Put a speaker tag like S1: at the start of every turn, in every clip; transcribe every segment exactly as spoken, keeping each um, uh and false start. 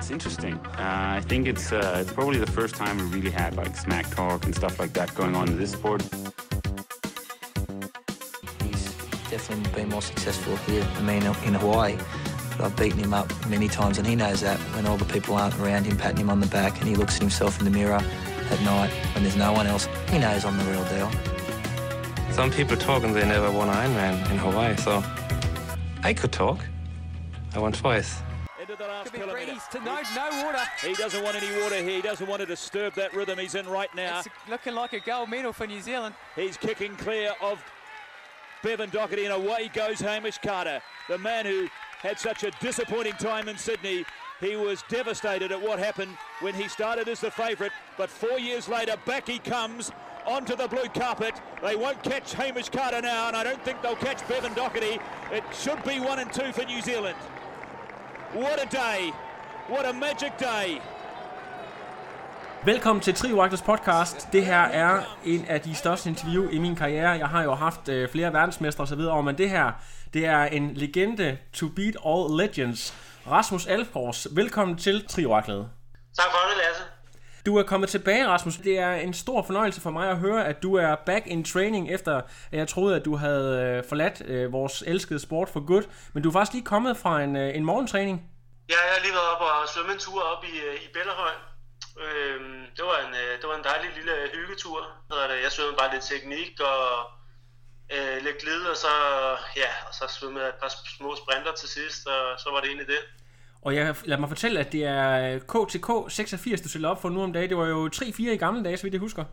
S1: it's interesting. Uh, I think it's uh, it's probably the first time we really had like smack talk and stuff like that going on in this sport.
S2: He's definitely been more successful here than me in Hawaii. But I've beaten him up many times, and he knows that when all the people aren't around him patting him on the back, and he looks at himself in the mirror at night when there's no one else, he knows I'm the real deal.
S3: Some people talk and they never won Ironman in Hawaii, so I could talk. I won twice.
S4: Into the last
S5: Could be
S4: kilometre.
S5: breeze to no, no water.
S4: He doesn't want any water here. He doesn't want to disturb that rhythm he's in right now.
S5: It's looking like a gold medal for New Zealand.
S4: He's kicking clear of Bevan Doherty, and away goes Hamish Carter, the man who had such a disappointing time in Sydney. He was devastated at what happened when he started as the favourite, but four years later, back he comes onto the blue carpet. They won't catch Hamish Carter now, and I don't think they'll catch Bevan Doherty. It should be one and two for New Zealand. What a day. What a magic day.
S6: Velkommen til Trioraklets podcast. Det her er en af de største interview i min karriere. Jeg har jo haft øh, flere verdensmestre og så videre, men det her, det er en legende to beat all legends. Rasmus Alfgaard, velkommen til Trioraklet.
S7: Tak for det, Lasse.
S6: Du er kommet tilbage, Rasmus. Det er en stor fornøjelse for mig at høre, at du er back in training, efter at jeg troede, at du havde øh, forladt øh, vores elskede sport for godt. Men du er faktisk lige kommet fra en, øh, en morgentræning.
S7: Ja, jeg har lige været op og svømme en tur op i, i Bellahøj. Øhm, det, var en, det var en dejlig lille hyggetur. Jeg svømmede bare lidt teknik og øh, lidt glid, og så, ja, og så svømmede jeg et par små sprinter til sidst, og så var det egentlig det.
S6: Og jeg, lad mig fortælle, at det er K T K seksogfirs, du stiller op for nu om dagen. Det var jo tre fire i gamle dage, så vidt jeg husker.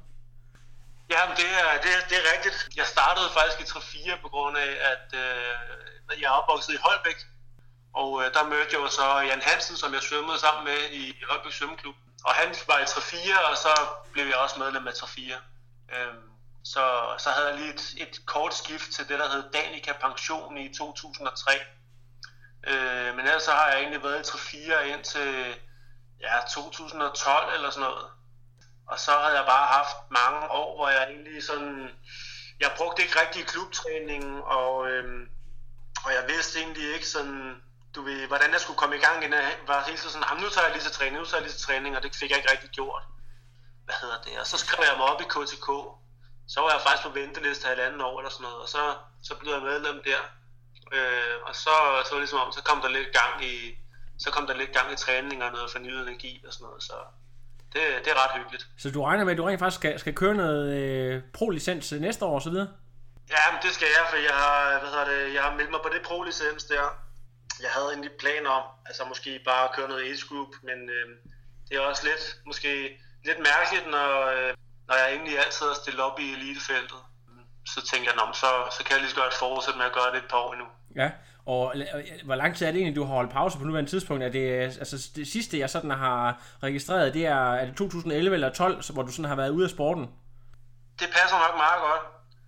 S7: Ja, det er, det, det er rigtigt. Jeg startede faktisk i tre fire på grund af, at øh, jeg er opvokset i Holbæk. Og øh, der mødte jeg jo så Jan Hansen, som jeg svømmede sammen med i Holbæk Svømmeklub. Og han var i tre fire, og så blev jeg også medlem af tre fire. Øhm, så, så havde jeg lige et, et kort skift til det, der hed Danica Pension i to tusind og tre. Øh, men ellers så har jeg egentlig været i tre fire indtil ja, to tusind og tolv eller sådan noget. Og så havde jeg bare haft mange år, hvor jeg egentlig sådan... Jeg brugte ikke rigtig klubtræning, og, øhm, og jeg vidste egentlig ikke sådan... Du ved, hvordan jeg skulle komme i gang, inden jeg var hele tiden sådan, nu tager jeg lige til træning, nu tager jeg lige til træning, og det fik jeg ikke rigtig gjort. Hvad hedder det? Og så skrev jeg mig op i K T K. Så var jeg faktisk på venteliste halvanden år eller sådan noget, og så, så blev jeg medlem der. Øh, og så, så var det ligesom om, så kom der lidt gang i, så kom der lidt gang i træning og noget fornyet energi og sådan noget, så det, det er ret hyggeligt.
S6: Så du regner med, at du rent faktisk skal, skal køre noget øh, pro-licens næste år og så videre?
S7: Ja, men det skal jeg, for jeg har, hvad hedder det, jeg har meldt mig på det pro-licens der. Jeg havde egentlig planer om, altså måske bare at køre noget age group, men øh, det er også lidt, måske lidt mærkeligt, når, øh, når jeg egentlig altid har stillet op i elitefeltet. Så tænker jeg, så, så kan jeg lige så godt fortsætte med at gøre det et par år endnu.
S6: Ja, og hvor lang tid er det egentlig, du har holdt pause på nuværende tidspunkt? Er det, altså det sidste, jeg sådan har registreret, det er, er det to tusind og elleve eller tolv, hvor du sådan har været ude af sporten?
S7: Det passer nok meget godt.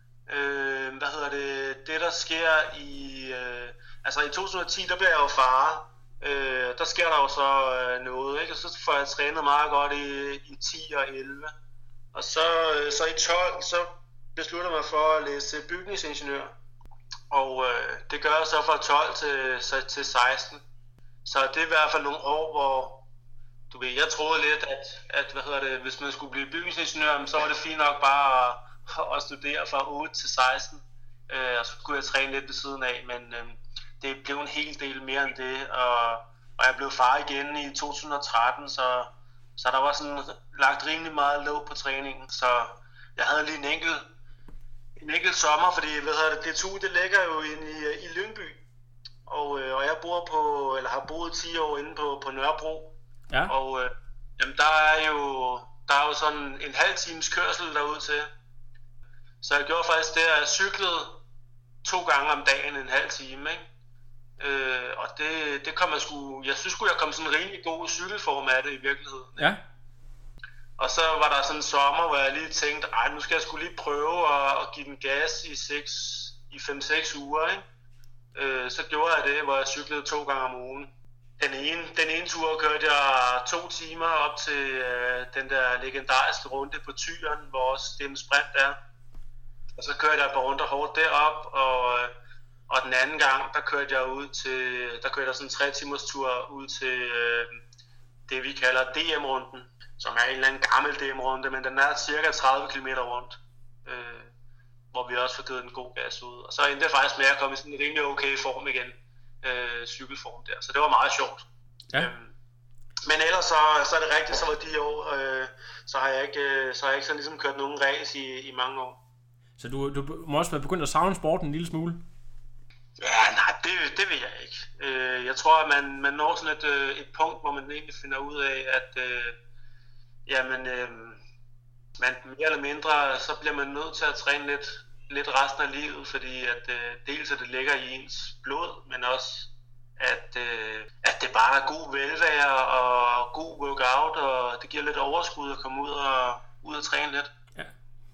S7: Øh, hvad hedder det? Det, der sker i... Øh, altså i to tusind og ti, der bliver jeg jo far. Øh, der sker der jo så øh, noget, ikke? Og så får jeg trænet meget godt i, i ti og elleve. Og så, øh, så i tolv, så beslutter jeg mig for at læse bygningsingeniør. Og øh, det gør jeg så fra tolv til, så, til seksten. Så det er i hvert fald nogle år, hvor du ved, jeg troede lidt, at, at hvad hedder det, hvis man skulle blive bygningsingeniør, så var det fint nok bare at, at studere fra otte til seksten. Øh, og så kunne jeg træne lidt ved siden af, men øh, det blev en hel del mere end det. Og, og jeg blev far igen i to tusind og tretten, så, så der var sådan lagt rimelig meget låg på træningen. Så jeg havde lige en enkelt En enkelt sommer, fordi hvad hedder det, D to det ligger jo inde i, i Lyngby, og, øh, og jeg bor på, eller har boet ti år inde på, på Nørrebro,
S6: ja.
S7: Og øh, jamen, der er jo der er jo sådan en halv times kørsel derud til, så jeg gjorde faktisk det, at jeg cyklede to gange om dagen en halv time, ikke? Øh, og det, det kom jeg sgu, jeg synes sgu jeg kom sådan en rimelig god cykelform af det i virkeligheden.
S6: Ja.
S7: Og så var der sådan en sommer, hvor jeg lige tænkte, ej, nu skal jeg sgu lige prøve at, at give den gas i, i fem seks uger, ikke? Øh, så gjorde jeg det, hvor jeg cyklede to gange om ugen. Den ene, den ene tur kørte jeg to timer op til øh, den der legendariske runde på Tyren, hvor også det med sprint er. Og så kørte jeg et par runder hårdt derop, og, og den anden gang, der kørte jeg ud til, der kørte jeg sådan en tre timers tur ud til, øh, det, vi kalder D M-runden, som er en eller anden gammel D M-runde, men den er cirka tredive kilometer rundt, øh, hvor vi også får givet en god gas ud. Og så endte det faktisk med at komme i sådan en rimelig okay form igen, øh, cykelform der, så det var meget sjovt. Ja. Øhm, men ellers så, så er det rigtigt, så var de år, øh, så har jeg ikke, øh, så har jeg ikke sådan ligesom kørt nogen race i, i mange år.
S6: Så du, du må også være begyndt at savne sporten en lille smule?
S7: Ja, nej, det, det vil jeg ikke. Øh, jeg tror, at man, man når sådan et, øh, et punkt, hvor man egentlig finder ud af, at øh, jamen, øh, man mere eller mindre, så bliver man nødt til at træne lidt, lidt resten af livet, fordi at øh, dels at det ligger i ens blod, men også at, øh, at det bare er god velvære og god workout, og det giver lidt overskud at komme ud og, ud og træne lidt.
S6: Ja.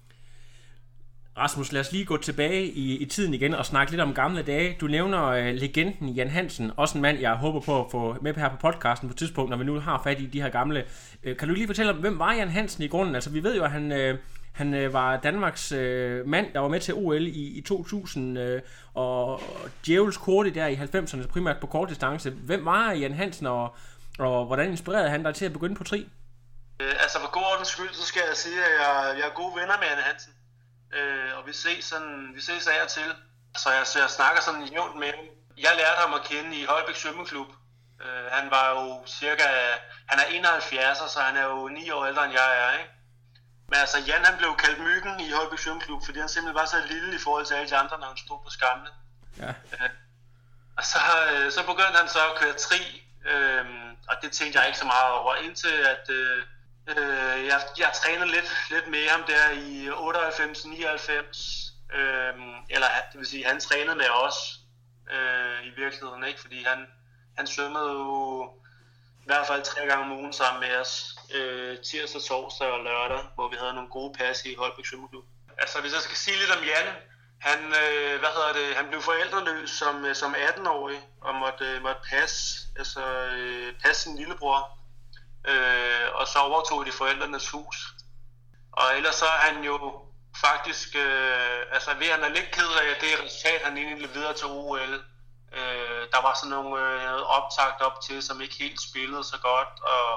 S6: Rasmus, lad os lige gå tilbage i, i tiden igen og snakke lidt om gamle dage. Du nævner øh, legenden Jan Hansen, også en mand, jeg håber på at få med her på podcasten på et tidspunkt, når vi nu har fat i de her gamle. Øh, kan du lige fortælle om, hvem var Jan Hansen i grunden? Altså, vi ved jo, at han, øh, han øh, var Danmarks øh, mand, der var med til O L i, i to tusind, øh, og, og djævels korte der i halvfemserne, primært på kort distance. Hvem var Jan Hansen, og, og hvordan inspirerede han dig til at begynde på tri?
S7: Øh, altså, for god ordens skyld, så skal jeg sige, at jeg, jeg er gode venner med Jan Hansen. Øh, og vi ses sådan, vi ses af og til, så jeg, så jeg snakker sådan jævnt med ham. Jeg lærte ham at kende i Holbæk Svømmeklub. Øh, han var jo cirka, han er enoghalvfjerds, så han er jo ni år ældre end jeg er, ikke? Men altså Jan, han blev kaldt Myggen i Holbæk Svømmeklub, fordi han simpelthen var så lille i forhold til alle de andre, når han stod på skamle. Ja. Øh, og så, øh, så begyndte han så at køre tri, øh, og det tænkte jeg ikke så meget over, indtil at øh, Øh, jeg, jeg trænede lidt, lidt med ham der i otteoghalvfems nioghalvfems, øh, eller det vil sige, han trænede med os øh, i virkeligheden, ikke? Fordi han, han svømmede jo i hvert fald tre gange om ugen sammen med os, øh, tirsdag, torsdag og lørdag, hvor vi havde nogle gode pas i Holbæk Svømmeklub. Altså hvis jeg skal sige lidt om Jan, han, øh, hvad hedder det, han blev forældreløs som, som atten-årig og måtte, måtte passe, altså, øh, passe sin lillebror. Øh, og så overtog de forældrenes hus. Og ellers så er han jo faktisk, øh, altså ved han er lidt ked af, at det resultat, han egentlig leverede til O L. Øh, der var sådan nogle øh, optakt op til, som ikke helt spillede så godt. Og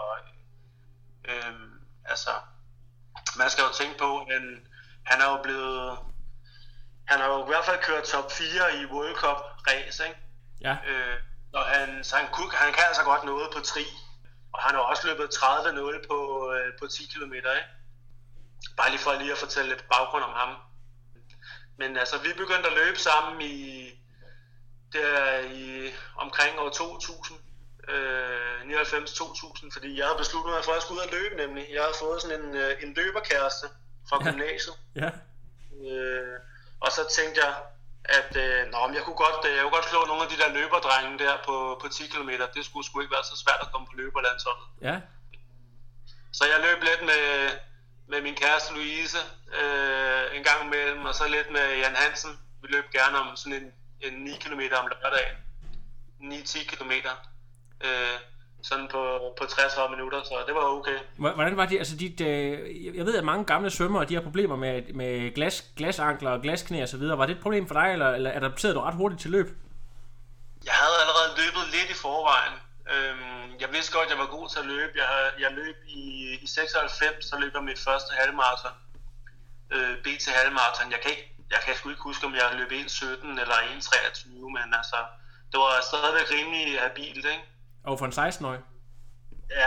S7: øh, altså, man skal jo tænke på, at han, han er jo blevet, han har jo i hvert fald kørt top fire i World Cup race, ikke? Ja. Øh, og han, så han, kunne, han kan altså godt noget på tri. Og han har også løbet tredive nul på, øh, på ti kilometer, ikke? Bare lige for lige at fortælle lidt baggrund om ham. Men altså, vi begyndte at løbe sammen i, der i omkring år to tusind, øh, nioghalvfems to tusind, fordi jeg havde besluttet mig for at skulle ud og løbe nemlig. Jeg havde fået sådan en, øh, en løberkæreste fra ja. gymnasiet. Ja. Øh, og så tænkte jeg, at øh, nå, jeg, kunne godt, øh, jeg kunne godt slå nogle af de der løberdrenge der på, på ti kilometer. Det skulle sgu ikke være så svært at komme på løberlandsholdet. Ja. Så jeg løb lidt med, med min kæreste Louise øh, en gang imellem, og så lidt med Jan Hansen. Vi løb gerne om sådan en, en ni kilometer om lørdagen. ni til ti kilometer. Øh, sådan på, på tres minutter, så det var okay.
S6: Hvordan var det? Altså dit, øh, jeg ved, at mange gamle svømmere, de har problemer med, med glas, glasankler og glasknæ og så videre. Var det et problem for dig, eller, eller adapterede du ret hurtigt til løb?
S7: Jeg havde allerede løbet lidt i forvejen. Øhm, jeg vidste godt, at jeg var god til at løbe. Jeg, jeg løb i, i seksoghalvfems, så løb jeg mit første halvmarathon. Øh, B til halvmarathon. Jeg kan ikke, jeg kan sgu ikke huske, om jeg løb en sytten eller en treogtyve, men altså, det var stadigvæk rimelig habilt, ikke?
S6: Og for en seksten-årig?
S7: Ja.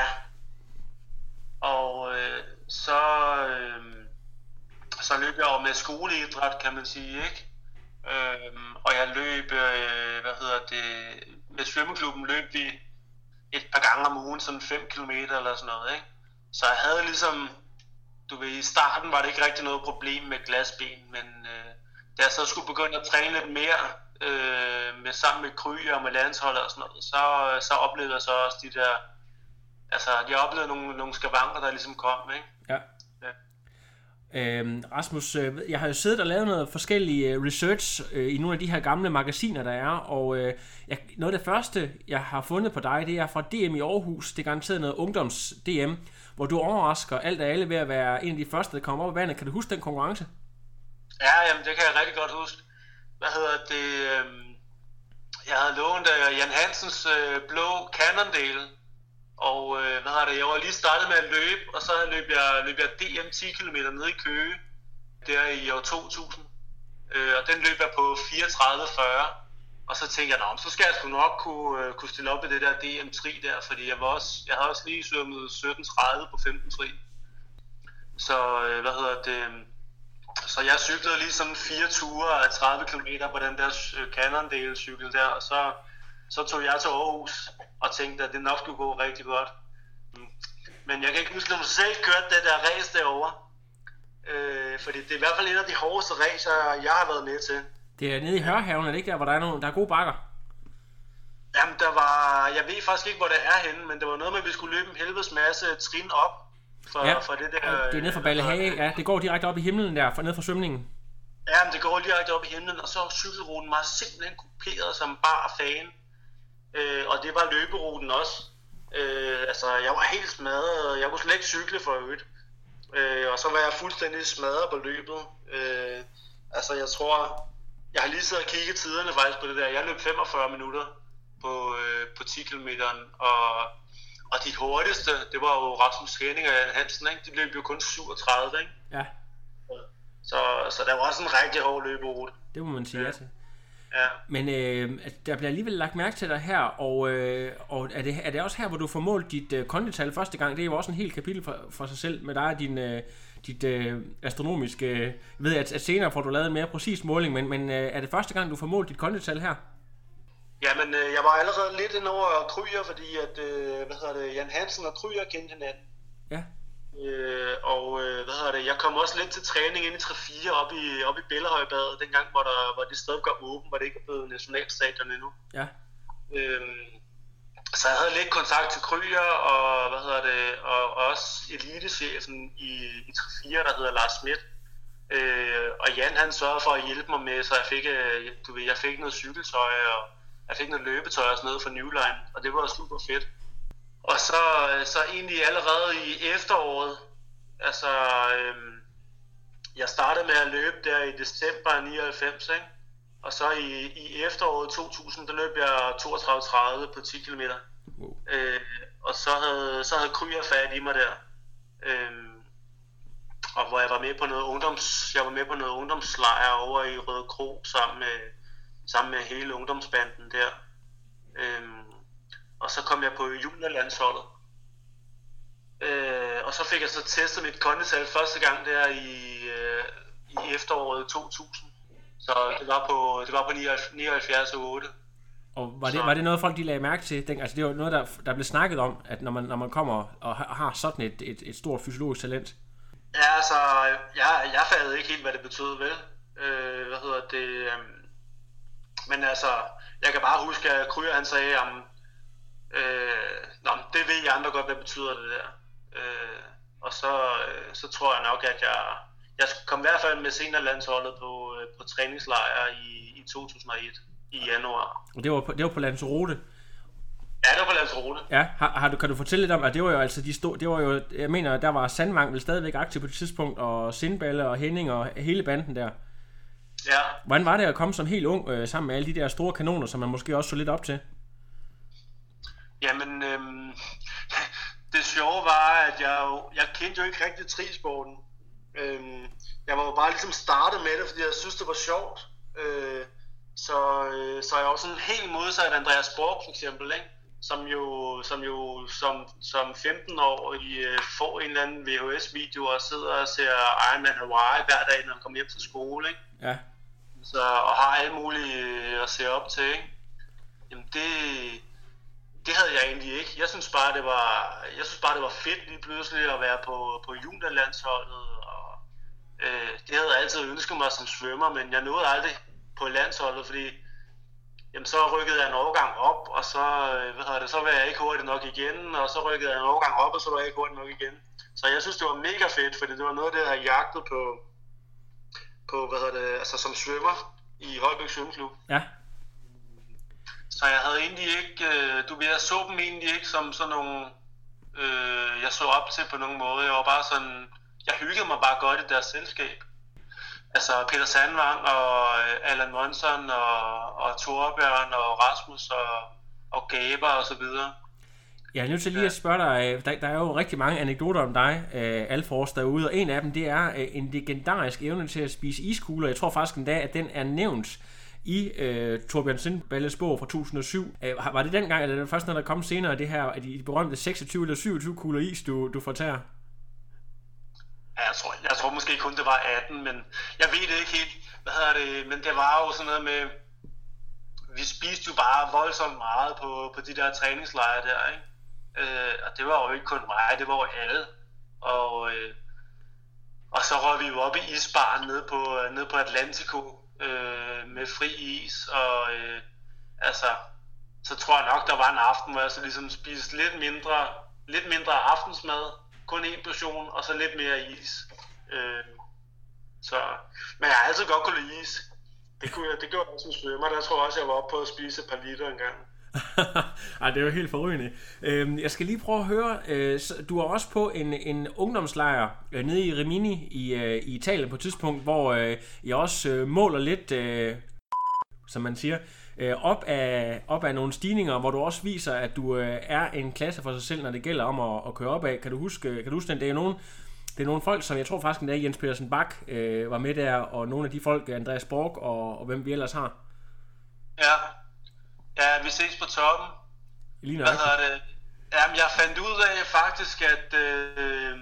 S7: Og øh, så, øh, så løb jeg jo med skoleidræt, kan man sige, ikke? Øh, og jeg løb, øh, hvad hedder det, med svømmeklubben løb vi et par gange om ugen, sådan fem kilometer eller sådan noget, ikke? Så jeg havde ligesom, du ved, i starten var det ikke rigtig noget problem med glasben, men øh, da jeg så skulle begynde at træne lidt mere, Øh, med sammen med Kryger og med landsholdet og sådan noget, så, så oplevede jeg så også de der, altså jeg oplevede nogle, nogle skavanker, der ligesom kom, ikke? Ja. Ja.
S6: Øhm, Rasmus, jeg har jo siddet og lavet noget forskellige research øh, i nogle af de her gamle magasiner, der er, og øh, jeg, noget af det første, jeg har fundet på dig, det er fra D M i Aarhus. Det er garanteret noget ungdoms-D M, hvor du overrasker alt af alle ved at være en af de første, der kommer op i vandet. Kan du huske den konkurrence?
S7: Ja, jamen det kan jeg rigtig godt huske. Hvad hedder det? Øh, jeg havde lånt øh, Jan Hansens øh, blå Cannondale Og øh, hvad hedder det, jeg var lige startet med at løbe, og så løb jeg, løb jeg D M ti kilometer nede i Køge, der i år to tusind. Øh, og den løb jeg på fireogtredive fyrre. Og så tænkte jeg, så skal jeg sgu nok kunne, kunne stille op i det der D M tre der, fordi jeg, var også, jeg havde også lige svømmet sytten tredive på femten tri. Så øh, hvad hedder det, så jeg cyklede lige sådan fire ture af tredive kilometer på den der Cannondale cykel der, og så, så tog jeg til Aarhus og tænkte, at det nok skulle gå rigtig godt. Men jeg kan ikke huske, at jeg selv kørte det der race derovre, øh, fordi det er i hvert fald en af de hårdeste racer, jeg har været med til.
S6: Det er nede i Hørhaven, er det ikke der, hvor der er, nogle, der er gode bakker?
S7: Jamen, der var, jeg ved faktisk ikke, hvor det er henne, men det var noget med, at vi skulle løbe en helvedes masse trin op for,
S6: ja.
S7: for det der.
S6: Det er nede fra Ballehage, ja. Det går direkte op i himlen der, for, ned fra svømningen.
S7: Ja, men det går direkte op i himlen, og så var cykelruten meget simpelthen kuperet som bar fan. Øh, og det var løberuten også. Øh, altså, jeg var helt smadret, jeg kunne slet ikke cykle for øvrigt. Øh, og så var jeg fuldstændig smadret på løbet. Øh, altså, jeg tror... Jeg har lige siddet og kigget tiderne faktisk på det der. Jeg løb femogfyrre minutter på, øh, på ti kilometer, og, og de hurtigste, det var jo Rasmus Henning og Jan Hansen, ikke? De løb jo kun syvogtredive, ikke?
S6: Ja.
S7: Så, så der var også en rigtig hård løberute.
S6: Det må man sige ja til.
S7: Ja.
S6: Men øh, der bliver alligevel lagt mærke til dig her, og, øh, og er, det, er det også her, hvor du får målt dit øh, kondital første gang? Det er jo også en helt kapitel for, for sig selv med dig og din... Øh, dit øh, astronomiske... Jeg ved, at, at senere får du lavet en mere præcis måling, men, men øh, er det første gang, du får målt dit kondital her?
S7: Jamen, øh, jeg var allerede lidt ind over Kryer, fordi at, øh, hvad hedder det, Jan Hansen og Kryer kendte hinanden.
S6: Ja.
S7: Øh, og øh, hvad hedder det, jeg kom også lidt til træning inde i tre fire op i, op i Bellehøjbadet, dengang, hvor, der, hvor det stadig var åbent, hvor det ikke er blevet nationalstadion endnu.
S6: Ja.
S7: Øh, Så jeg havde lidt kontakt til Kryer og, hvad hedder det, og, og også elitechefen i, i tre fire, der hedder Lars Schmidt. Øh, og Jan, han sørgede for at hjælpe mig med, så jeg fik, du ved, jeg fik noget cykeltøj, og jeg fik noget løbetøj og sådan noget fra New Line, og det var super fedt. Og så, så egentlig allerede i efteråret, altså, øhm, jeg startede med at løbe der i december nioghalvfems, ikke? Og så i, i efteråret to tusind, der løb jeg toogtredive tredive på ti kilometer. Wow. Øh, og så havde, så havde Kryer fat i mig der. Øh, og hvor jeg var med på noget ungdoms, jeg var med på noget ungdomslejr over i Røde Kro sammen med, sammen med hele ungdomsbanden der. Øh, og så kom jeg på juniorlandsholdet. Øh, og så fik jeg så testet mit kondital første gang der i, øh, i efteråret to tusind. Så det var på, det var på nioghalvfjerds komma otte.
S6: Og var det, var det noget, folk de lagde mærke til? Den, altså det var noget, der, der blev snakket om, at når man, når man kommer og har sådan et, et, et stort fysiologisk talent?
S7: Ja, altså, jeg, jeg fattede ikke helt, hvad det betød, vel? Øh, hvad hedder det? Øh, men altså, jeg kan bare huske, at Kryer, han sagde, om, øh, Nå, det ved I andre godt, hvad betyder det der. Øh, og så, øh, så tror jeg nok, at jeg... Jeg kom i hvert fald med seniorlandsholdet på, på træningslejr i, i to tusind og et i januar.
S6: Og det var på, det var på Lanzarote?
S7: Ja, det var på Lanzarote.
S6: Ja, har, har du, kan du fortælle lidt om, at det var jo altså de stod, det var jo, jeg mener, der var Sandvang vel stadigvæk aktiv på det tidspunkt, og Sindballe og Henning og hele banden der.
S7: Ja.
S6: Hvordan var det at komme som helt ung øh, sammen med alle de der store kanoner, som man måske også så lidt op til?
S7: Jamen, øhm, det sjove var, at jeg, jo, jeg kendte jo ikke rigtig trisporten. Øhm, jeg var jo bare ligesom startet med det, fordi jeg synes det var sjovt. Øh, så, øh, så jeg var sådan helt modsat Andreas Borg for eksempel, ikke? Som jo som jo som som femten-årig øh, får en eller anden V H S-video og sidder og ser Ironman Hawaii hver dag, når han kommer hjem fra skole, ikke?
S6: Ja.
S7: Så og har alt muligt øh, at se op til, ikke? Jamen det det havde jeg egentlig ikke. Jeg synes bare det var jeg synes bare det var fedt lige pludselig at være på på juniorlandsholdet. Øh, det havde jeg altid ønsket mig som svømmer, men jeg nåede aldrig på landsholdet, fordi jamen, så rykkede jeg en overgang op, og så, hvad hedder det, så var jeg ikke hurtigt nok igen, og så rykkede jeg en overgang op, og så var jeg ikke hurtigt nok igen. Så jeg synes, det var mega fedt, fordi det var noget, der jeg jagtet på, på hvad hedder det, altså som svømmer i Holbæk Svømmeklub.
S6: Ja.
S7: Så jeg havde egentlig ikke, du ved, jeg så dem egentlig ikke som sådan nogle, øh, jeg så op til på nogen måde. Jeg var bare sådan, jeg hyggede mig bare godt i deres selskab. Altså Peter Sandvang og Allan Monson og, og Torbjørn og Rasmus og, og Gaber og så videre.
S6: Jeg er nødt til lige at spørge dig, der, der er jo rigtig mange anekdoter om dig, uh, Alfors, derude, og en af dem, det er uh, en legendarisk evne til at spise iskugler. Jeg tror faktisk endda, at den er nævnt i uh, Torbjørn Sindballes bog fra to tusind og syv. Uh, var det dengang, eller det først, når der kom senere, det her, at de berømte seksogtyve eller syvogtyve kugler is, du, du fortærer?
S7: Ja, jeg tror, jeg tror måske kun, det var atten, men jeg ved det ikke helt. Hvad hedder det? Men det var jo sådan noget med, vi spiste jo bare voldsomt meget på, på de der træningslejre der, ikke? Øh, og det var jo ikke kun mig, det var jo alle. Og, øh, og så røg vi jo op i isbaren nede på, nede på Atlantico øh, med fri is. Og øh, altså, så tror jeg nok, der var en aften, hvor jeg så ligesom spiste lidt mindre, lidt mindre aftensmad. Kun én portion, og så lidt mere is. Øh, så, men jeg har altid godt kunne lide is. Det, kunne jeg, det gjorde jeg som svømmer. Der tror jeg også, jeg var oppe på at spise et par liter engang.
S6: Ej, det er jo helt forrygende. Øh, jeg skal lige prøve at høre, øh, du er også på en, en ungdomslejr øh, nede i Rimini i, øh, i Italien på et tidspunkt, hvor øh, jeg også øh, måler lidt, øh, som man siger, øh, op, af, op af nogle stigninger, hvor du også viser, at du øh, er en klasse for sig selv, når det gælder om at, at køre op af. Kan du huske, kan du huske den? Det er nogen, det er nogle folk, som jeg tror faktisk endda Jens Pedersen Bak øh, var med der, og nogle af de folk, Andreas Borg og, og hvem vi ellers har.
S7: Ja, ja, vi ses på toppen.
S6: Lige
S7: Hvad hedder det? Jamen, jeg fandt ud af faktisk, at øh,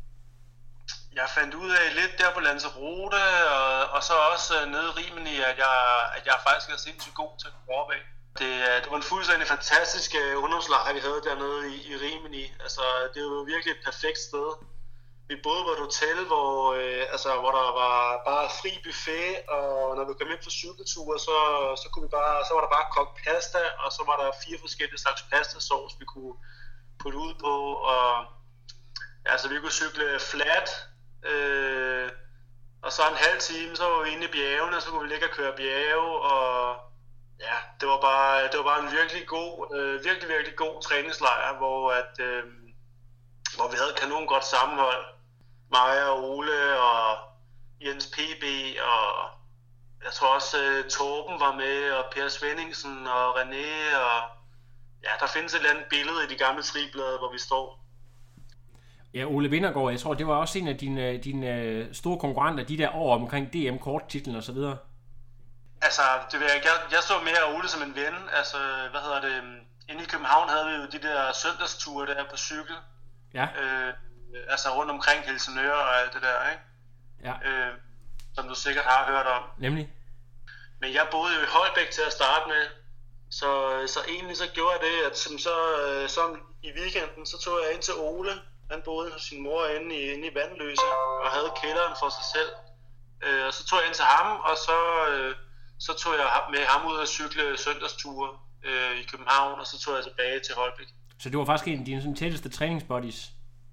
S7: jeg fandt ud af lidt der på Lanzarote, og, og så også nede i Rimini, at jeg, at jeg faktisk er sindssygt god til at gå op af. Det, det var en fuldstændig fantastisk ungdomslejr, vi havde dernede i, i Rimini. Altså, det var jo virkelig et perfekt sted. Vi boede på et hotel, hvor, øh, altså, hvor der var bare fri buffet, og når vi kom ind for cykelture, så, så, kunne vi bare, så var der bare kogt pasta, og så var der fire forskellige slags pastasauce, vi kunne putte ud på. Og, altså, vi kunne cykle flat, øh, og så en halv time, så var vi inde i bjergene, og så kunne vi ligge og køre bjerge, og ja, det var bare, det var bare en virkelig god, øh, virkelig, virkelig god træningslejr, hvor at, øh, hvor vi havde kanon godt sammenhold. Mig og Ole og Jens P B, og jeg tror også uh, Torben var med, og Per Svenningsen og René, og ja, der findes et eller andet billede i de gamle triblade, hvor vi står.
S6: Ja, Ole Vindergaard, jeg tror, det var også en af dine, dine store konkurrenter, de der år omkring D M-korttitlen og så videre.
S7: Altså, det vil jeg, jeg, jeg så mere Ole som en ven. Altså, hvad hedder det, inde i København havde vi jo de der søndagsture der på cykel.
S6: Ja.
S7: Øh, altså rundt omkring Helsingør og alt det der, ikke?
S6: Ja.
S7: Øh, som du sikkert har hørt om.
S6: Nemlig.
S7: Men jeg boede jo i Holbæk til at starte med, så, så egentlig så gjorde jeg det, at som så, som i weekenden, så tog jeg ind til Ole. Han boede hos sin mor inde i, inde i Vandløse og havde kælderen for sig selv. Øh, og så tog jeg ind til ham, og så, øh, så tog jeg med ham ud og cykle søndagsture øh, i København, og så tog jeg tilbage til Holbæk.
S6: Så det var faktisk en af dine sådan, tætteste træningsbuddies?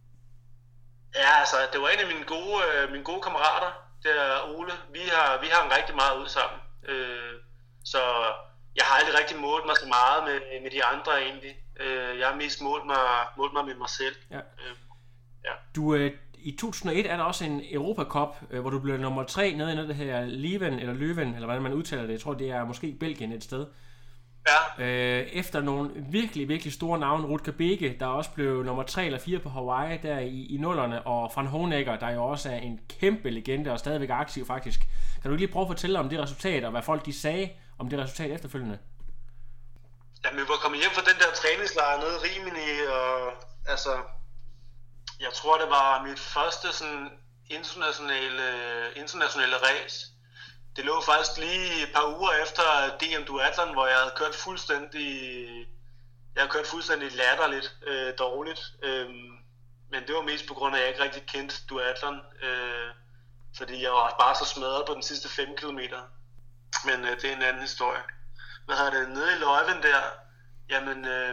S7: Ja, altså, det var en af mine gode, øh, mine gode kammerater, det er Ole. Vi har, vi har en rigtig meget ud sammen. Øh, så jeg har aldrig rigtig målt mig så meget med, med de andre egentlig. Øh, jeg har mest målt mig, målt mig med mig selv.
S6: Ja.
S7: Øh, ja.
S6: Du, øh, i to tusind og et er der også en Europa Cup, øh, hvor du blev nummer tre nede i noget, der hedder Leven, eller Løven, eller hvordan man udtaler det. Jeg tror, det er måske Belgien et sted.
S7: Ja.
S6: Øh, efter nogle virkelig, virkelig store navne, Rutger Beke, der også blev nummer tre eller fire på Hawaii der i, i nullerne, og Van Honegger, der jo også er en kæmpe legende og stadigvæk aktiv faktisk. Kan du lige prøve at fortælle om det resultat, og hvad folk de sagde om det resultat efterfølgende?
S7: Jamen, vi var kommet hjem fra den der træningslejr nede i Rimini, og altså, jeg tror, det var mit første sådan internationale, internationale race. Det lå faktisk lige et par uger efter D M Duathlon, hvor jeg havde kørt fuldstændig, jeg havde kørt fuldstændig latterligt øh, dårligt. Øhm, men det var mest på grund af, at jeg ikke rigtig kendte duathlon, øh, fordi jeg var bare så smadret på den sidste fem kilometer. Men øh, det er en anden historie. Hvad hedder det? Nede i Løjven der, jamen, øh,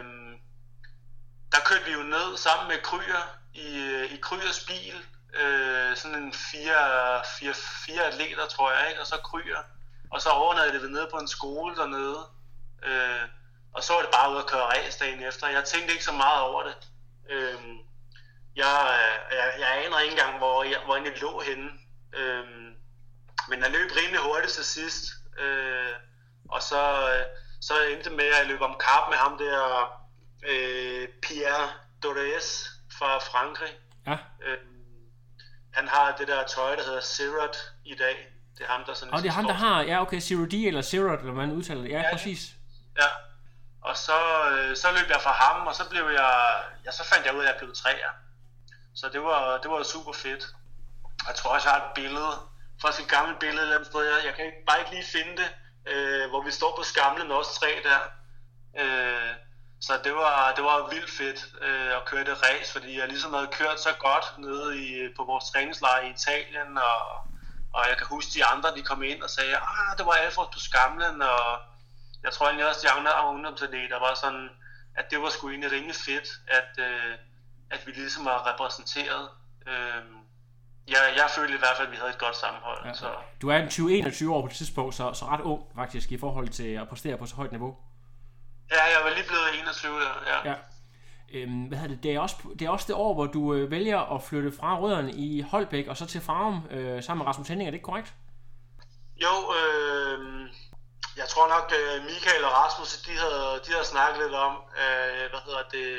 S7: der kørte vi jo ned sammen med Kryer i, i Kryers bil. Øh, sådan en fire, fire, fire atleter, tror jeg, ikke? Og så Kryer. Og så overnattede vi nede på en skole dernede. Øh, og så var det bare ud at køre race dagen efter. Jeg tænkte ikke så meget over det. Øh, jeg, jeg, jeg aner ikke engang, hvor jeg, hvor jeg lå henne. Øh, men jeg løb rimelig hurtigt til sidst. Øh, og så, så endte det med, at jeg løb om kap med ham der, øh, Pierre Dorés fra Frankrig.
S6: Ja.
S7: Øh, han har det der tøj, der hedder Sirot i dag. Det er ham, der sådan...
S6: Og det er ham, der har, ja okay, Zero D eller Sirot, eller man udtaler det. Ja, ja, præcis.
S7: Ja. Og så, øh, så løb jeg fra ham, og så blev jeg... Ja, så fandt jeg ud af, at jeg blev træer. Så det var, det var super fedt. Jeg tror også, jeg har et billede. Faktisk et gammelt billede et eller andet sted. Jeg, jeg kan ikke, bare ikke lige finde det. Øh, hvor vi står på Skamle med os tre der. Øh, så det var, det var vildt fedt øh, at køre det race, fordi jeg ligesom havde kørt så godt nede i, på vores træningslejr i Italien, og, og jeg kan huske de andre, de kom ind og sagde, ah, det var Alfred på Skamlen, og jeg tror egentlig også, de andre ungdomsatleter var sådan, at det var sgu egentlig rimelig fedt, at, øh, at vi ligesom var repræsenteret. Øh, jeg, jeg følte i hvert fald, at vi havde et godt sammenhold.
S6: Ja.
S7: Så.
S6: Du er tyve enogtyve år på det tidspunkt, så, så ret ung faktisk i forhold til at præstere på så højt niveau.
S7: Ja, jeg var lige blevet enogtyve, ja.
S6: ja. Øhm, hvad hedder det? Det er, også, det er også det år, hvor du øh, vælger at flytte fra rødderne i Holbæk og så til Farum øh, sammen med Rasmus Henning. Er det ikke korrekt?
S7: Jo, øh, jeg tror nok, at Michael og Rasmus, de havde, de havde snakket lidt om, øh, hvad hedder det,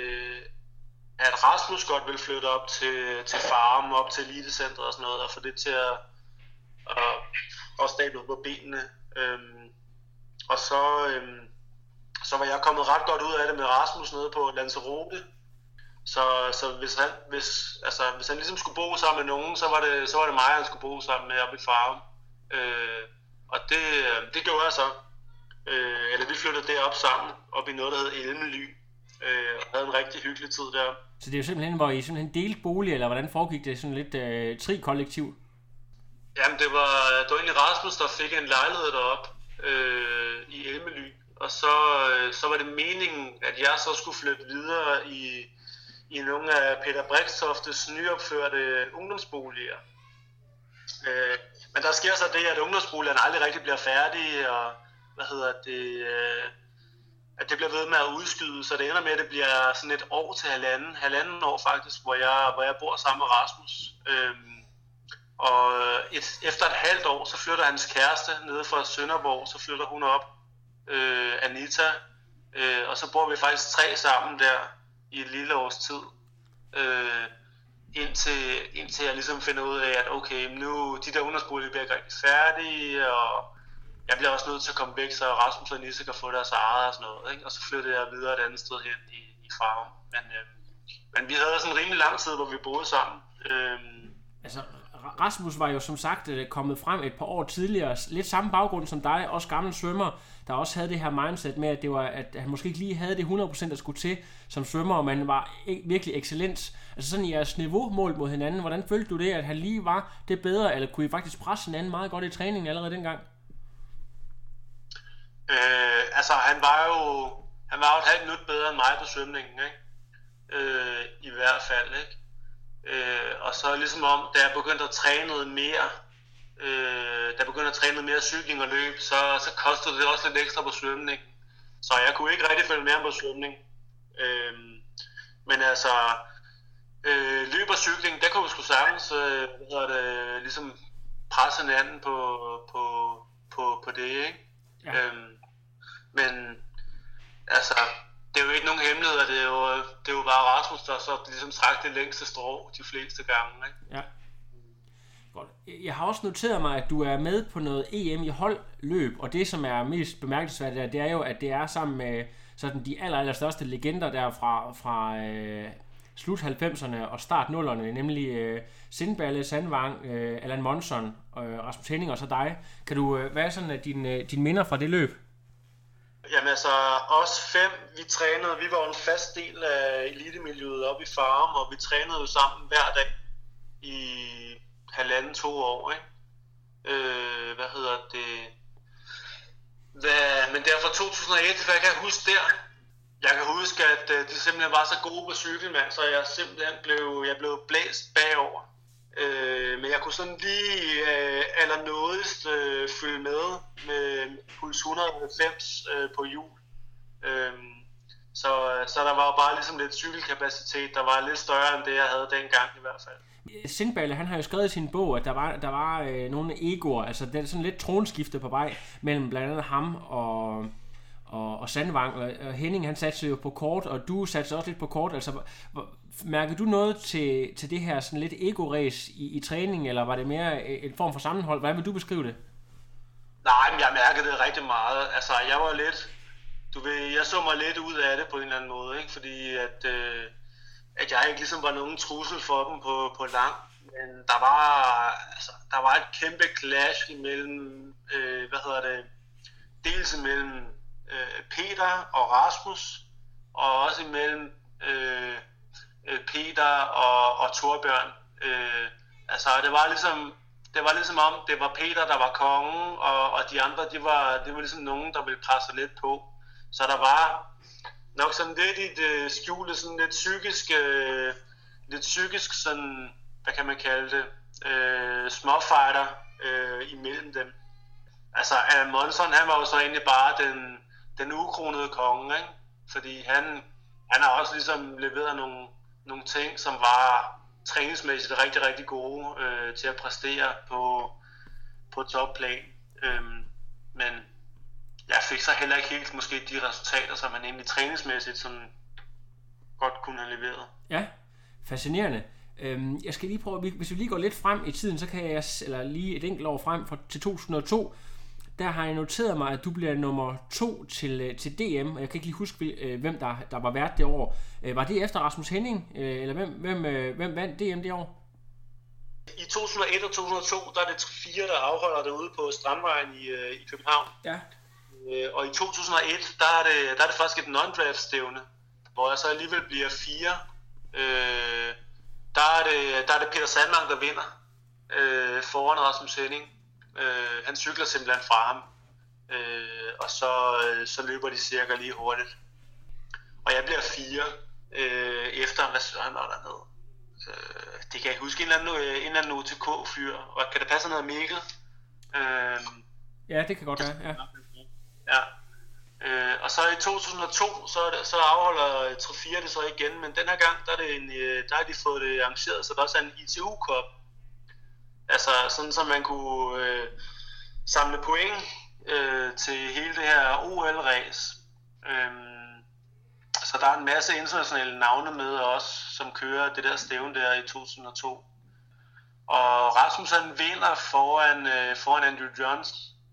S7: at Rasmus godt ville flytte op til, til Farum, op til Elitecentret og sådan noget, og få det til at, at, at stable på benene. Øh, og så... Øh, Så var jeg kommet ret godt ud af det med Rasmus nede på Lanzarote. Så, så hvis, han, hvis, altså, hvis han ligesom skulle bo sammen med nogen, så var det, så var det mig, han skulle bo sammen med oppe i Farum. Øh, og det, det gjorde jeg så. Øh, eller vi flyttede derop sammen, op i noget, der hed Elmely. Øh, og havde en rigtig hyggelig tid der.
S6: Så det er jo simpelthen, hvor I simpelthen delte bolig, eller hvordan foregik det sådan lidt øh, tri-kollektiv?
S7: Jamen det var, det var egentlig Rasmus, der fik en lejlighed deroppe øh, i Elmely. Og så, så var det meningen, at jeg så skulle flytte videre i, i nogle af Peter Brikstoftes nyopførte ungdomsboliger. Øh, men der sker så det, at ungdomsboligerne aldrig rigtig bliver færdige, og hvad hedder det, øh, at det bliver ved med at udskyde, så det ender med, at det bliver sådan et år til halvanden, halvanden år faktisk, hvor jeg, hvor jeg bor sammen med Rasmus. Øh, og et, efter et halvt år, så flytter hans kæreste nede fra Sønderborg, så flytter hun op. Øh, Anita, øh, og så bor vi faktisk tre sammen der i et lille års tid, øh, indtil, indtil jeg ligesom finder ud af, at okay, nu de der ungdomsboliger bliver ikke rigtig færdige, og jeg bliver også nødt til at komme væk, så Rasmus og Anita kan få deres eget og sådan noget, ikke? Og så flyttede jeg videre et andet sted hen i, i Farum. Men, øh, men vi havde sådan en rimelig lang tid, hvor vi boede sammen. Øh,
S6: altså Rasmus var jo som sagt kommet frem et par år tidligere, lidt samme baggrund som dig, også gammel svømmer, der også havde det her mindset med, at, det var, at han måske ikke lige havde det hundrede procent, der skulle til som svømmer, og man var virkelig excellent. Altså sådan i jeres niveau målt mod hinanden, hvordan følte du det, at han lige var det bedre, eller kunne I faktisk presse hinanden meget godt i træningen allerede dengang?
S7: Øh, altså han var jo han var jo et halvt minut bedre end mig på svømningen, ikke? Øh, i hvert fald, ikke? Øh, og så ligesom om, da jeg begyndte at træne noget mere, øh, da jeg begyndte at træne noget mere cykling og løb, så, så kostede det også lidt ekstra på svømning. Så jeg kunne ikke rigtig følge mere på svømning. Øh, men altså, øh, løb og cykling, der kunne vi sgu sagtens, øh, hvad hedder det, ligesom presse hinanden på, på, på, på det, ikke? Ja. Øh, men altså... Det er jo ikke nogen hemmeligheder, det er jo, det er jo bare Rasmus, der så ligesom trak det længste strå de fleste gange, ikke?
S6: Ja. Godt. Jeg har også noteret mig, at du er med på noget E M i holdløb, og det som er mest bemærkelsesværdigt, det er jo, at det er sammen med sådan de aller, aller største legender der fra, fra øh, slut halvfemserne og start nullerne, nemlig øh, Sindballe, Sandvang, øh, Allan Monson, øh, Rasmus Henning og så dig. Kan du, øh, hvad er sådan dine din minder fra det løb?
S7: Jamen altså, os fem, vi trænede, vi var jo en fast del af elitemiljøet oppe i Farum, og vi trænede jo sammen hver dag i halvanden, to år, ikke? Øh, hvad hedder det? Hvad, men der fra to tusind og et, hvad kan jeg huske der? Jeg kan huske, at de simpelthen var så gode på cykel, mand, så jeg simpelthen blev, jeg blev blæst bagover. Øh, men jeg kunne sådan lige øh, allernådigst øh, følge med med puls et hundrede og halvfems øh, på hjul. Øh, så, så der var jo bare ligesom lidt cykelkapacitet, der var lidt større end det, jeg havde dengang i hvert fald.
S6: Sindballe, han har jo skrevet i sin bog, at der var, der var øh, nogle egoer, altså det er sådan lidt tronskifte på vej mellem blandt andet ham og, og, og Sandvang, og, og Henning han satte jo på kort, og du satte også lidt på kort. Altså, mærker du noget til, til det her sådan lidt ego-race i, i træning, eller var det mere en form for sammenhold? Hvordan vil du beskrive det?
S7: Nej, men jeg mærkede det rigtig meget. Altså, jeg var lidt, du ved, jeg så mig lidt ud af det på en eller anden måde, ikke? Fordi at, øh, at jeg ikke ligesom var nogen trussel for dem på, på lang. Men der var, altså, der var et kæmpe clash imellem, øh, hvad hedder det, dels imellem øh, Peter og Rasmus, og også imellem øh, Peter og, og Torbjørn. Øh, altså, det var ligesom, det var ligesom om, det var Peter, der var kongen, og, og de andre, de var, det var ligesom nogen, der ville presse lidt på. Så der var nok sådan lidt i det skjulte, sådan lidt psykisk, øh, lidt psykisk sådan, hvad kan man kalde det, øh, småfighter øh, imellem dem. Altså, Allan Monson, han var jo så egentlig bare den, den ukronede konge, ikke? Fordi han, han har også ligesom leveret nogle, nogle ting, som var træningsmæssigt rigtig, rigtig gode øh, til at præstere på, på topplan. Øhm, men jeg fik så heller ikke helt måske de resultater, som han egentlig træningsmæssigt sådan godt kunne have leveret.
S6: Ja, fascinerende. Øhm, jeg skal lige prøve, hvis vi lige går lidt frem i tiden, så kan jeg, eller lige et enkelt år frem for, til to tusind og to, der har jeg noteret mig, at du bliver nummer to til, til D M, og jeg kan ikke lige huske, hvem der, der var vært det år. Var det efter Rasmus Henning, eller hvem, hvem, hvem vandt D M det år?
S7: I to tusind og et og to tusind og to, der er det fire, der afholder det ude på Strandvejen i, i København.
S6: Ja.
S7: Og i to tusind og et, der er det, der er det faktisk et non-draft stævne, hvor jeg så alligevel bliver fire. Øh, der, er det, der er det Peter Sandvang, der vinder øh, foran Rasmus Henning. Øh, han cykler simpelthen fra ham, øh, og så, øh, så løber de cirka lige hurtigt. Og jeg bliver fire øh, efter, hvad søren var der ned? Øh, det kan jeg ikke huske, en eller anden, en eller anden O T K-fyr. Og kan det passe noget Mikkel? Øh,
S6: ja, det kan godt være, ja.
S7: Ja. Øh, og så i to tusind og to, så, så afholder tre fire det så igen, men den her gang, der, er det en, der har de fået det arrangeret, så der også er en I T U-cup. Altså sådan, så man kunne øh, samle point øh, til hele det her O L-ræs. Øhm, så der er en masse internationale navne med også, som kører det der stævne der i to tusind og to. Og Rasmus han vinder foran, øh, foran Andrew Johns.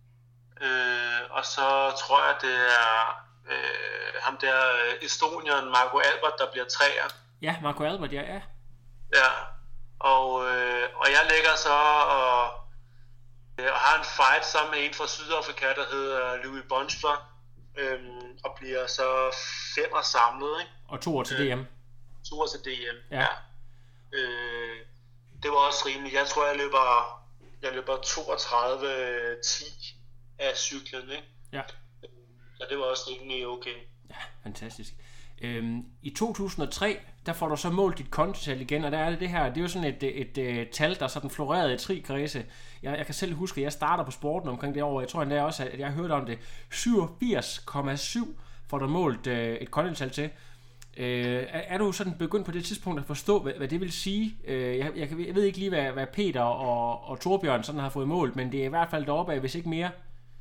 S7: Øh, og så tror jeg, det er øh, ham der Estonieren Marco Albert, der bliver træer.
S6: Ja, Marco Albert, ja, ja.
S7: Ja. Og, øh, og jeg ligger så og, øh, og har en fight sammen med en fra Sydafrika, der hedder Louis Bonchler, øh, og bliver så femmer samlet, ikke?
S6: Og to år til D M.
S7: Øh, to år til D M,
S6: ja.
S7: ja. Øh, det var også rimeligt. Jeg tror, jeg løber, jeg løber toogtredive ti af cyklen, ikke?
S6: Ja.
S7: Så det var også rimelig okay.
S6: Ja, fantastisk. Øhm, I to tusind og tre, der får du så målt dit kontotal igen, og der er det det her, det er jo sådan et, et, et, et tal, der sådan florerede i tri kredse. Jeg, jeg kan selv huske, at jeg starter på sporten omkring det år, jeg tror endda også, at jeg har hørt om det. syvogfirs komma syv får du målt øh, et kontotal til. Øh, er, er du sådan begyndt på det tidspunkt at forstå, hvad, hvad det vil sige? Øh, jeg, jeg, jeg ved ikke lige, hvad, hvad Peter og, og Torbjørn sådan har fået målt, men det er i hvert fald deroppe af, hvis ikke mere.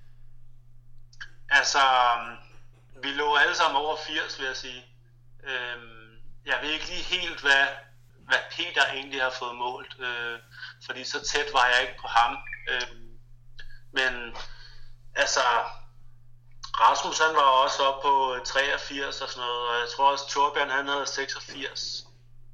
S7: Altså, vi lå alle sammen over firs, vil jeg sige. Øhm, jeg ved ikke lige helt, hvad, hvad Peter egentlig har fået målt, øh, fordi så tæt var jeg ikke på ham. Øhm, men altså, Rasmus han var også oppe på treogfirs og sådan noget, og jeg tror også Torbjørn han havde seksogfirs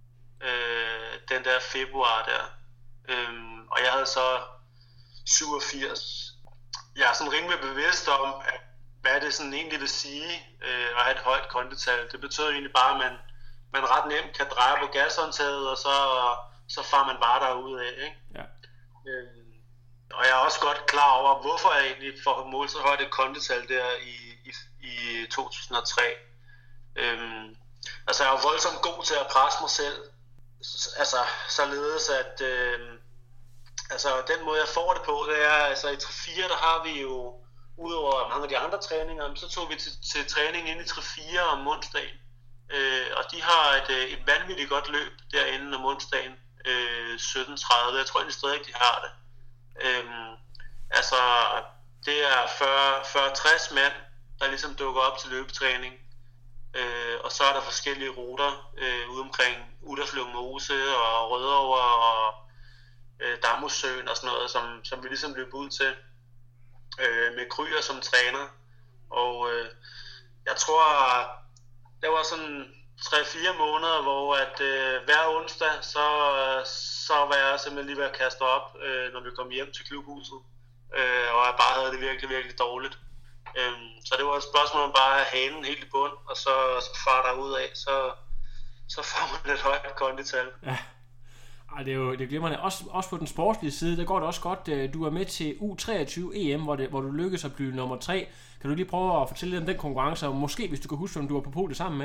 S7: øh, den der februar der. Øhm, og jeg havde så syvogfirs. Jeg er sådan rimelig bevidst om, at hvad det sådan egentlig vil sige øh, at have et højt kontotal. Det betyder egentlig bare, at man, man ret nemt kan dreje på gashåndtaget, og så, så farer man bare derudad, ikke?
S6: Ja.
S7: Øh, og jeg er også godt klar over, hvorfor jeg egentlig får målt så højt et kontotal der i, i, i to tusind og tre. Øh, altså jeg er voldsomt god til at presse mig selv, altså således at øh, altså den måde jeg får det på, det er altså i tre fire, der har vi jo udover mange af de andre træninger, så tog vi til, til træning inde i tre fire om onsdagen. Øh, og de har et, et vanvittigt godt løb derinde om onsdagen, øh, sytten tredive. Jeg tror egentlig stadig ikke, de har det. Øh, altså, det er fyrre til tres mand, der ligesom dukker op til løbetræning. Øh, og så er der forskellige ruter øh, ude omkring Utterslev Mose og Rødovre og øh, Damhussøen og sådan noget, som, som vi ligesom løb ud til øh, med Kryer som træner. Og øh, jeg tror, det var sådan tre fire måneder, hvor at øh, hver onsdag, så, så var jeg simpelthen lige ved at kaste op, øh, når vi kom hjem til klubhuset. Øh, og jeg bare havde det virkelig, virkelig dårligt. Øh, så det var et spørgsmål om bare at have hanen helt i bund, og så, så far der ud af, så, så får man et højt kondital.
S6: Ja. Ej, det er jo det er glimrende. Også, også på den sportslige side, der går det også godt. Du er med til U treogtyve E M, hvor, det, hvor du lykkedes at blive nummer tre. Kan du lige prøve at fortælle lidt om den konkurrence, og måske hvis du kan huske, om du var på podiet sammen med?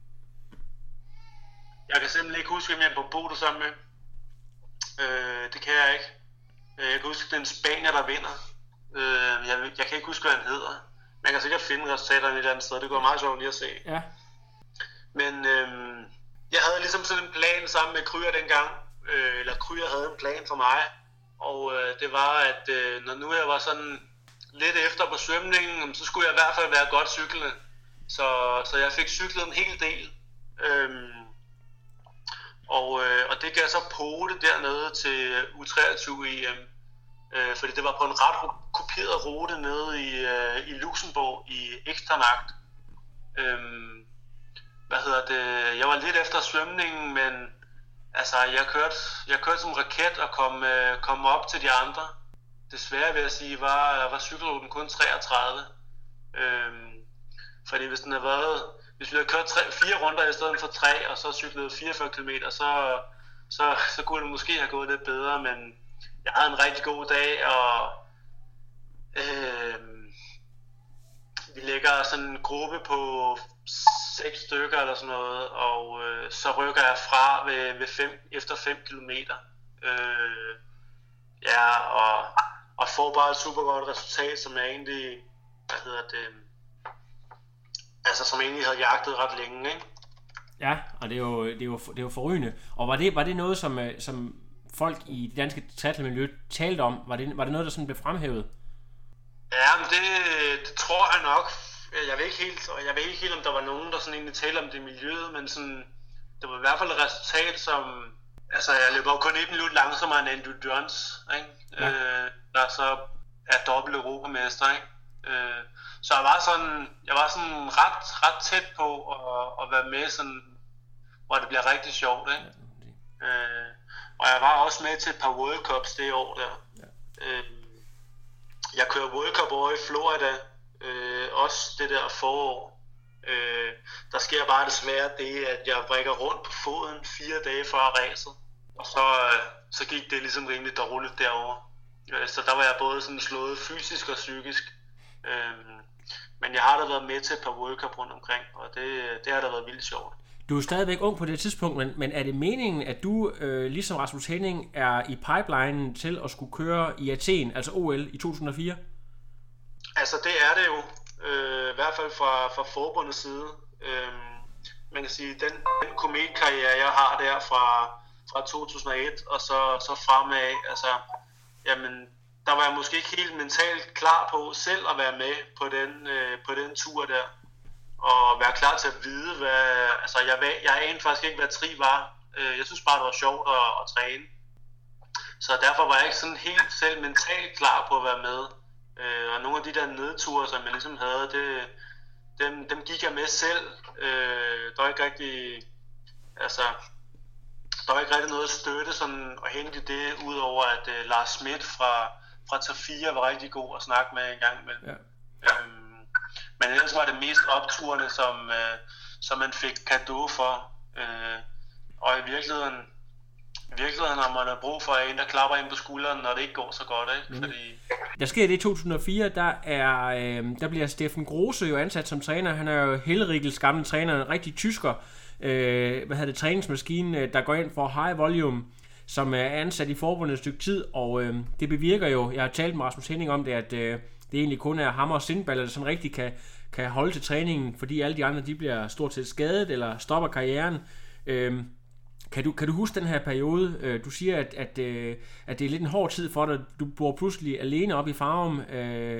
S7: Jeg kan simpelthen ikke huske, hvem jeg er på podiet sammen med. Øh, det kan jeg ikke. Jeg kan huske, at det er en spanier, der vinder. Øh, jeg, jeg kan ikke huske, hvad han hedder. Man kan sikkert finde resultaterne et eller andet sted. Det går meget sjovt lige at se.
S6: Ja.
S7: Men øh, jeg havde ligesom sådan en plan sammen med Kryer dengang. Øh, eller Kryer havde en plan for mig. Og øh, det var, at øh, når nu jeg var sådan lidt efter på svømningen, så skulle jeg i hvert fald være godt cyklende. Så, så jeg fik cyklet en hel del. Øh, Og, øh, og det gav så pote dernede til U treogtyve E M, øh, fordi det var på en ret kopieret rute nede i, øh, i Luxembourg i Externacht. Øh, hvad hedder det? Jeg var lidt efter svømningen, men altså, jeg kørte, jeg kørte som raket og kom, øh, kom op til de andre. Desværre vil jeg sige, var, var cykelruten kun treogtredive. Øh, fordi hvis den havde været... Hvis vi havde kørt tre, fire runder i stedet for tre, og så cyklede fireogfyrre kilometer, så, så, så kunne det måske have gået lidt bedre, men jeg havde en rigtig god dag, og øh, vi lægger sådan en gruppe på seks stykker eller sådan noget, og øh, så rykker jeg fra ved, ved fem, efter fem kilometer. Øh, ja, og, og får bare et super godt resultat, som jeg egentlig, hvad hedder det, altså som egentlig havde jagtet ret længe, ikke?
S6: Ja, og det er jo, det er jo, det er jo forrygende. Og var det, var det noget, som, som folk i det danske triathlonmiljø talte om? Var det, var det noget, der sådan blev fremhævet?
S7: Ja, men det, det tror jeg nok. Jeg ved ikke helt, jeg ved ikke helt, om der var nogen, der sådan egentlig talte om det i miljøet, men sådan, det var i hvert fald et resultat, som... Altså, jeg løber kun et minut langsommere end Endurance, ikke? Ja. Øh, der så er dobbelt europamester, ikke? Øh, så jeg var sådan, jeg var sådan ret, ret tæt på at, at være med, sådan, hvor det bliver rigtig sjovt, ikke? Ja, okay. øh, og jeg var også med til et par World Cups det år der. Ja. Øh, jeg kører World Cup over i Florida, øh, også det der forår. Øh, der sker bare desværre det, at jeg brækker rundt på foden fire dage før racet, og så, øh, så gik det ligesom rimelig dårligt derovre. Øh, så der var jeg både sådan slået fysisk og psykisk. Øhm, men jeg har da været med til et par World Cup rundt omkring, og det, det har da været vildt sjovt.
S6: Du er stadigvæk ung på det tidspunkt, men, men er det meningen, at du, øh, ligesom Rasmus Henning, er i pipelinen til at skulle køre i Athen, altså O L i to tusind og fire?
S7: Altså det er det jo, øh, i hvert fald fra, fra forbundets side. Øh, man kan sige, den, den kometkarriere, jeg har der fra, fra to tusind og et og så, så fremad, altså, jamen, der var jeg måske ikke helt mentalt klar på selv at være med på den, øh, på den tur der. Og være klar til at vide, hvad... Altså, jeg, jeg anede faktisk ikke, hvad tri var. Øh, jeg synes bare, det var sjovt at, at træne. Så derfor var jeg ikke sådan helt selv mentalt klar på at være med. Øh, og nogle af de der nedture, som jeg ligesom havde, det, dem, dem gik jeg med selv. Øh, der var ikke rigtig... Altså... Der var ikke rigtig noget at støtte sådan, og hente det, udover at uh, Lars Schmidt fra, fra T fire var rigtig god at snakke med en gang imellem. Ja. Øhm, men ellers var det mest opturene, som, uh, som man fik cadeau for. Uh, og i virkeligheden, i virkeligheden har man brug for en, der klapper ind på skulderen, når det ikke går så godt. Ikke? Mm. Fordi...
S6: Der sker det i to tusind og fire, der, er, øh, der bliver Steffen Grose jo ansat som træner. Han er jo Hellerikels gamle træner, en rigtig tysker. Øh, hvad hedder det, træningsmaskine, der går ind for high volume, som er ansat i forbundet et stykke tid, og øh, det bevirker jo, jeg har talt med Rasmus Henning om det, at øh, det egentlig kun er ham og Sindballer, der sådan rigtig kan, kan holde til træningen, fordi alle de andre, de bliver stort set skadet, eller stopper karrieren. Øh, kan, du, kan du huske den her periode? Øh, du siger, at, at, øh, at det er lidt en hård tid for dig. Du bor pludselig alene op i Farum. Øh,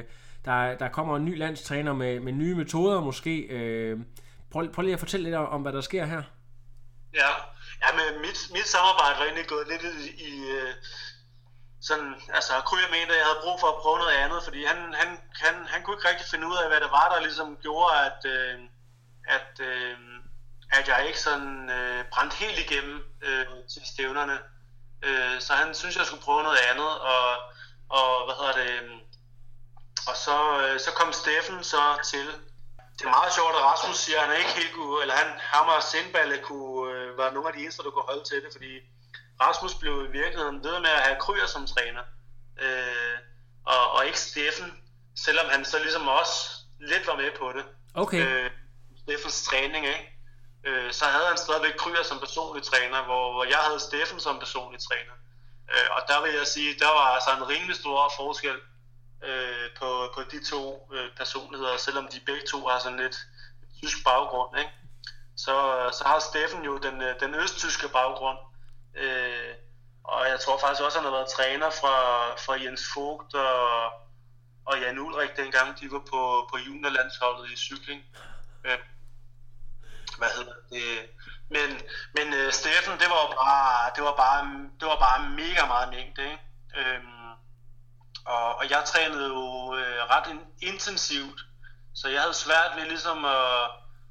S6: der, der kommer en ny landstræner med, med nye metoder måske. Øh, prøv, prøv lige at fortælle lidt om, hvad der sker her.
S7: Ja, ja men mit, mit samarbejde var egentlig gået lidt i, i sådan, altså Krüger mente, at jeg havde brug for at prøve noget andet, fordi han, han, han, han kunne ikke rigtig finde ud af, hvad det var, der ligesom gjorde, at, øh, at, øh, at jeg ikke sådan øh, brændte helt igennem øh, til stævnerne. Øh, så han synes, jeg skulle prøve noget andet, og, og hvad hedder det, og så, øh, så kom Steffen så til. Det er meget sjovt, at Rasmus siger, at han ikke helt kunne, eller han, ham og Sindballe kunne, øh, var nogle af de eneste, der kunne holde til det, fordi Rasmus blev i virkeligheden ved med at have Krüger som træner, øh, og, og ikke Steffen, selvom han så ligesom også lidt var med på det.
S6: Okay.
S7: Øh, Steffens træning, ikke? Øh, så havde han stadigvæk Krüger som personlig træner, hvor, hvor jeg havde Steffen som personlig træner. Øh, og der vil jeg sige, der var altså en rimelig stor forskel øh, på, på de to øh, personligheder, selvom de begge to har sådan lidt tysk baggrund, ikke? Så, så har Steffen jo den, den østtyske baggrund. Øh, og jeg tror faktisk også, at han har været træner fra, fra Jens Vogt og, og Jan Ulrik, dengang de var på, på juniorlandsholdet i cykling. Øh, hvad hedder det? Men, men uh, Steffen, det var jo bare, det var bare, det var bare mega meget mængde, ikke? Øhm, og, og jeg trænede jo øh, ret in, intensivt, så jeg havde svært ved ligesom at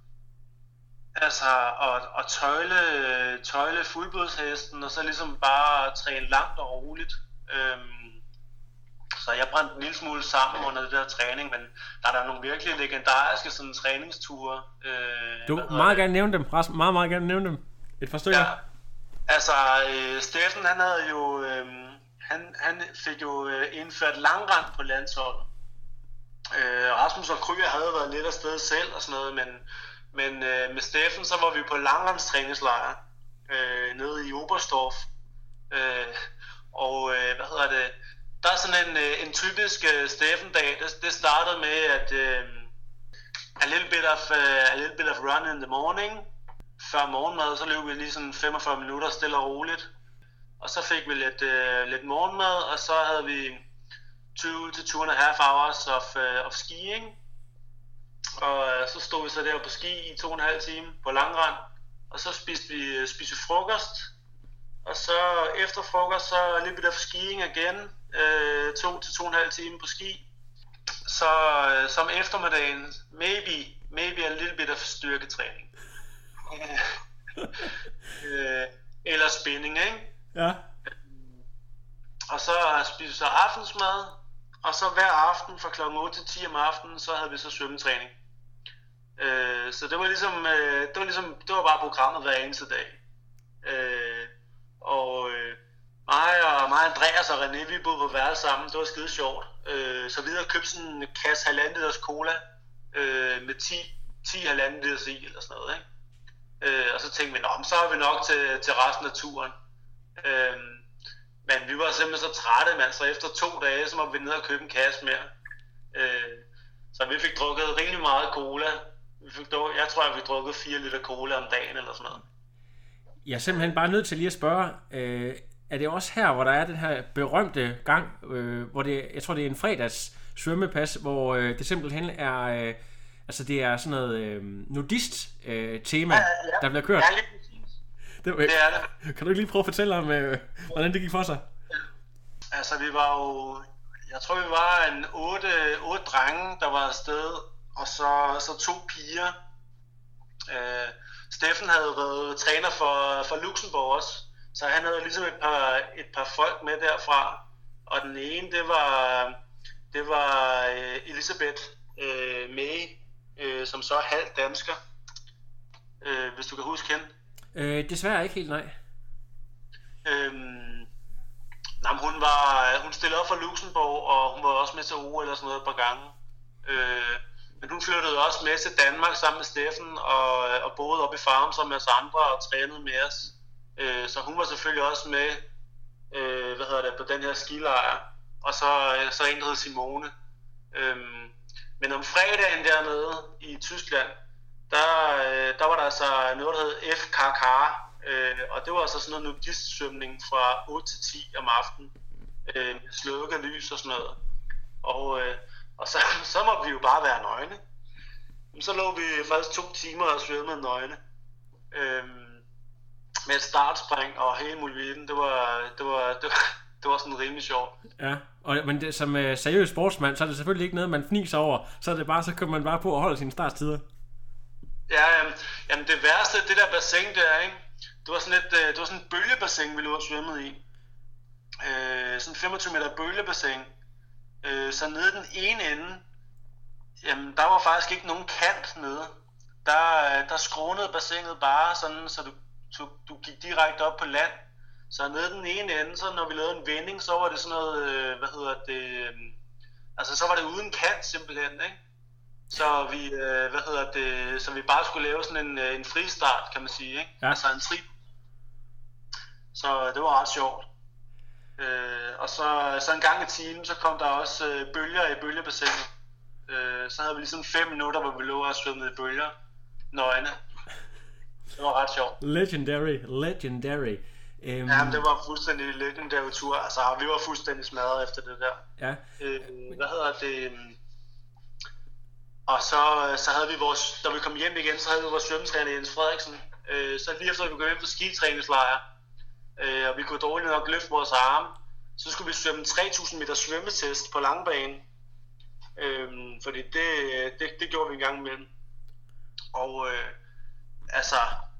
S7: Altså at, at tøjle, tøjle fuldblodshesten, og så ligesom bare træne langt og roligt. Øhm, så jeg brændte en lille smule sammen under det der træning, men der er der nogle virkelig legendariske sådan træningsture. Øh,
S6: du må meget gerne nævne dem, Rasmus, meget, meget gerne nævne dem. Et par stykker. Ja.
S7: Altså, øh, Steffen, han havde jo, øh, han, han fik jo indført langrend på landsholdet. Øh, Rasmus og Krüger havde været lidt afsted selv og sådan noget, men Men øh, med Steffen, så var vi på langrendstræningslejr øh, nede i Oberstdorf. Øh, og øh, hvad hedder det? Der er sådan en, øh, en typisk øh, Steffen-dag. Det, det startede med, at øh, a, little bit of, uh, a little bit of run in the morning. Før morgenmad, så løb vi lige sådan femogfyrre minutter stille og roligt. Og så fik vi lidt, øh, lidt morgenmad, og så havde vi tyve til tyve and a half hours of, uh, of skiing. Og øh, så stod vi så der på ski i to og en halv time på langrend, og så spiste vi, spiste vi frokost, og så efter frokost, så lidt bit of skiing igen, øh, to til to og en halv time på ski. Så øh, som eftermiddagen, maybe, maybe a little bit of styrketræning. øh, eller spinning, ikke?
S6: Ja.
S7: Og så spiste vi så aftensmad, og så hver aften fra klokken otte til ti om aftenen, så havde vi så svømmetræning. Øh, så det var ligesom, øh, det var ligesom, det var bare programmet hver eneste dag. Øh, og øh, mig og mig, Andreas og René, vi boede på værelse sammen, det var skide sjovt. Øh, så vi havde købt sådan en kasse halvanden liters cola øh, med ti halvanden liters i, eller sådan noget, ikke? Øh, og så tænkte vi, nå, så har vi nok til, til resten af turen. Øh, Men vi var simpelthen så trætte, mand, så efter to dage, så måtte vi ned og købe en kasse mere. Øh, så vi fik drukket rimelig meget cola. Vi fik, jeg tror, jeg fik drukket fire liter cola om dagen eller sådan noget.
S6: Jeg er simpelthen bare nødt til lige at spørge, øh, er det også her, hvor der er den her berømte gang, øh, hvor det, jeg tror, det er en fredags svømmepas, hvor øh, det simpelthen er, øh, altså det er sådan noget øh, nudist-tema, øh, ja, ja. der bliver kørt?
S7: Ja, lige præcis.
S6: Det, øh,
S7: det er det.
S6: Kan du ikke lige prøve at fortælle om, øh, hvordan det gik for sig?
S7: Altså, vi var jo, jeg tror, vi var en otte, otte drenge, der var afsted, og så, så to piger. Øh, Steffen havde været træner for, for Luxembourg også, så han havde ligesom et par, et par folk med derfra. Og den ene, det var, det var øh, Elisabeth øh, May, øh, som så er halv dansker, øh, hvis du kan huske hende.
S6: Øh, desværre ikke helt, nej.
S7: Øhm, nej, hun var, hun stillede op for Luxembourg, og hun var også med til O L eller sådan noget et par gange. Øh, men hun flyttede også med til Danmark sammen med Steffen, og, og boede oppe i Farum sammen med os andre og trænede med os. Øh, så hun var selvfølgelig også med, øh, hvad hedder det, på den her skilejr. Og så, så en, der hed Simone. Øh, men om fredagen dernede i Tyskland, der, der var der altså noget, der hed F K K. Øh, og det var altså sådan noget nudistsvømning fra otte til ti om aftenen. Øh, slukket lys og sådan noget. Og øh, Og så, så måtte vi jo bare være nøgne. Så lå vi faktisk to timer og svømmede nøgne. Øhm, med et startspring og hele muligheden. Det var, det var, det var, det var sådan rimelig sjovt.
S6: Ja, og, men det, som uh, seriøs sportsmand, så er det selvfølgelig ikke noget, man fniser over. Så er det bare, så kommer man bare på at holde sine startstider.
S7: Ja, jamen, jamen det værste, det der bassin der, ikke? Det var sådan et, det var sådan et bølgebassin, vi lå og svømmede i. Øh, sådan femogtyve meter bølgebassin. Øh, så nede den ene ende, jamen der var faktisk ikke nogen kant nede. Der, der skrånede bassinet bare sådan, så du, du, du gik direkte op på land. Så nede den ene ende, så når vi lavede en vending, så var det sådan noget, øh, hvad hedder det, øh, altså så var det uden kant simpelthen, ikke? Så vi, øh, hvad hedder det, så vi bare skulle lave sådan en, en fristart, kan man sige, ikke? Ja. Altså en tri. Så det var ret sjovt. Øh, og så, så en gang i timen, så kom der også øh, bølger i bølgebassinet. Øh, så havde vi ligesom fem minutter, hvor vi lå og svømmede i bølger, nøgne. Det var ret sjovt.
S6: Legendary, legendary. Um...
S7: Ja, men det var fuldstændig legendary tur. Altså, vi var fuldstændig smadret efter det der.
S6: Ja.
S7: Øh, hvad hedder det? Og så, så havde vi vores, da vi kom hjem igen, så havde vi vores svømmetræner Jens Frederiksen. Øh, så lige efter vi kom hjem på skitræningslejr, øh, og vi kunne dårligt nok løfte vores arme, så skulle vi svømme tre tusind meter svømmetest på langbane. Øh, fordi det, det, det gjorde vi en gang imellem. Og øh, altså,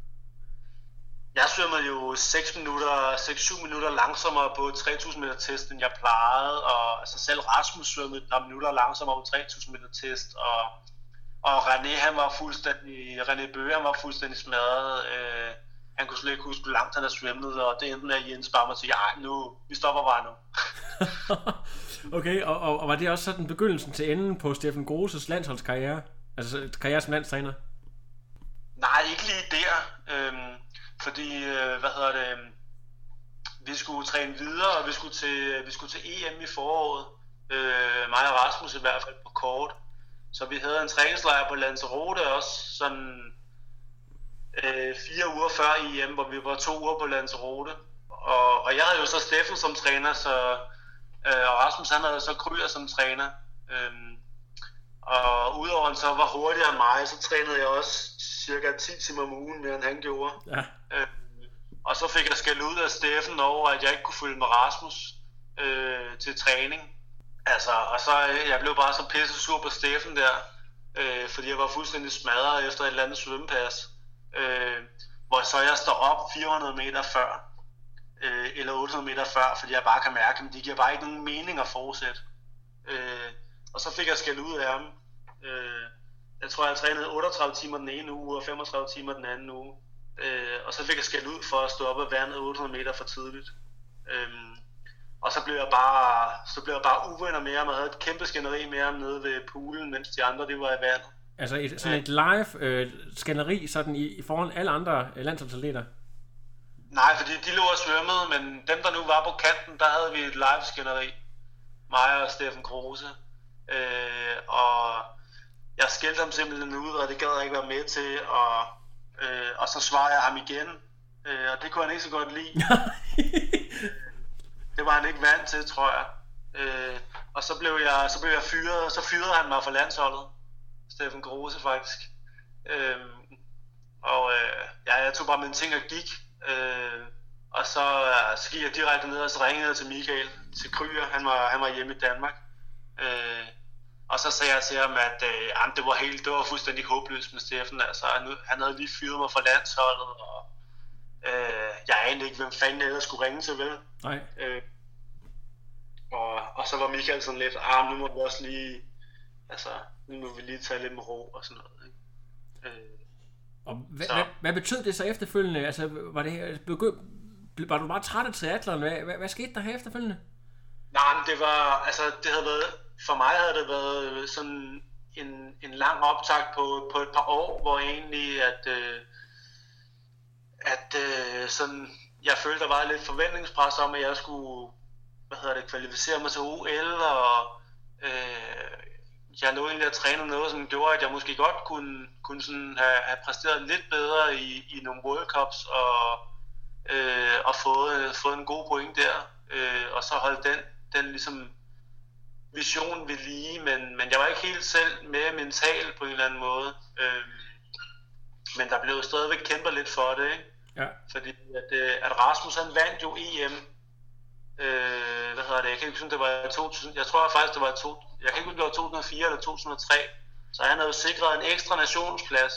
S7: jeg svømmede jo seks minutter, seks syv minutter langsommere på tre tusind meter test, end jeg plejede, og altså selv Rasmus svømmede et par minutter langsommere på tre tusind meter test, og, og René, han var fuldstændig, René Bøge, han var fuldstændig smadret. Øh, han kunne slet ikke huske, hvor langt han havde svømmet, og det endte med at Jens bare måtte sige, ej nu, vi stopper bare nu.
S6: Okay, og, og, og var det også sådan begyndelsen til enden på Steffen Groses landsholdskarriere? Altså karriere som landstræner?
S7: Nej, ikke lige der. Øhm, fordi, øh, hvad hedder det, vi skulle træne videre, og vi skulle til, vi skulle til E M i foråret. Øh, mig og Rasmus i hvert fald på kort. Så vi havde en træningslejr på Lanzarote også, sådan øh, fire uger før E M, hvor vi var to uger på Lanzarote. Og, og jeg havde jo så Steffen som træner, så, øh, og Rasmus han havde så Kryer som træner. Øh, og udover han så var hurtigere end mig, så trænede jeg også cirka ti timer om ugen mere end han gjorde.
S6: Ja.
S7: Øh, og så fik jeg skæld ud af Steffen over, at jeg ikke kunne følge med Rasmus øh, til træning. Altså, og så jeg blev bare så pisse sur på Steffen der, øh, fordi jeg var fuldstændig smadret efter et eller andet svømmepas. Øh, hvor så jeg står op fire hundrede meter før, øh, eller otte hundrede meter før, fordi jeg bare kan mærke, at det giver bare ikke nogen mening at fortsætte. Øh, og så fik jeg skæld ud af ham. Øh, jeg tror, jeg trænede otteogtredive timer den ene uge og femogtredive timer den anden uge. Øh, og så fik jeg skæld ud for at stå op og vandet otte hundrede meter for tidligt. Øh, og så blev jeg bare, så blev jeg bare uvenner med ham, og havde et kæmpe skænderi med ham nede ved poolen, mens de andre de var i vandet.
S6: Altså et, sådan et live øh, skænderi sådan i, i foran alle andre øh, landsholdsatleter?
S7: Nej, fordi de lå og svømmede, men dem der nu var på kanten, der havde vi et live skænderi. Mig og Steffen Grose. Øh, og jeg skældte ham simpelthen ud, og det gad jeg ikke være med til, og, øh, og så svarede jeg ham igen, øh, og det kunne han ikke så godt lide. Det var han ikke vant til, tror jeg. Øh, og så blev jeg, så blev jeg fyret, og så fyrede han mig fra landsholdet. Steffen Grose faktisk. Øh, og øh, ja, jeg tog bare mine ting og gik. Øh, og så, øh, så gik jeg direkte ned, og så ringede jeg til Michael, til Kryer. Han var, han var hjemme i Danmark. Øh, og så sagde jeg til ham, at øh, jamen, det var helt, det var fuldstændig håbløst med Steffen. Altså, han, han havde lige fyret mig fra landsholdet, og øh, jeg anede ikke, hvem fanden jeg ellers skulle ringe til, vel?
S6: Nej.
S7: Øh, og, og så var Michael sådan lidt, ah, nu må vi også lige, altså, nu må vi lige tage lidt med ro og sådan noget, ikke? Øh,
S6: og hvad, hvad, hvad betød det så efterfølgende? Altså, var det begynd, var du bare træt af triathlon? Hvad, hvad, hvad skete der her efterfølgende?
S7: Nej, men det var, altså, det havde været, for mig havde det været sådan en, en lang optakt på, på et par år, hvor egentlig, at, øh, at øh, sådan, jeg følte, der var lidt forventningspres om, at jeg skulle, hvad hedder det, kvalificere mig til O L, og øh, jeg lå egentlig at træne noget, som gjorde, at jeg måske godt kunne, kunne sådan have, have præsteret lidt bedre i, i nogle World Cups, og, øh, og fået, fået en god point der, øh, og så holde den, den ligesom vision ved lige, men, men jeg var ikke helt selv med mentalt på en eller anden måde. Øhm, men der blev stadigvæk kæmpet lidt for det, ikke?
S6: Ja.
S7: Fordi at, at Rasmus han vandt jo E M. Øh, hvad hedder det? Jeg kan ikke huske, det var to tusind. Jeg tror faktisk, det var to. Jeg kan ikke huske, det var to tusind og fire eller to tusind og tre. Så han havde jo sikret en ekstra nationsplads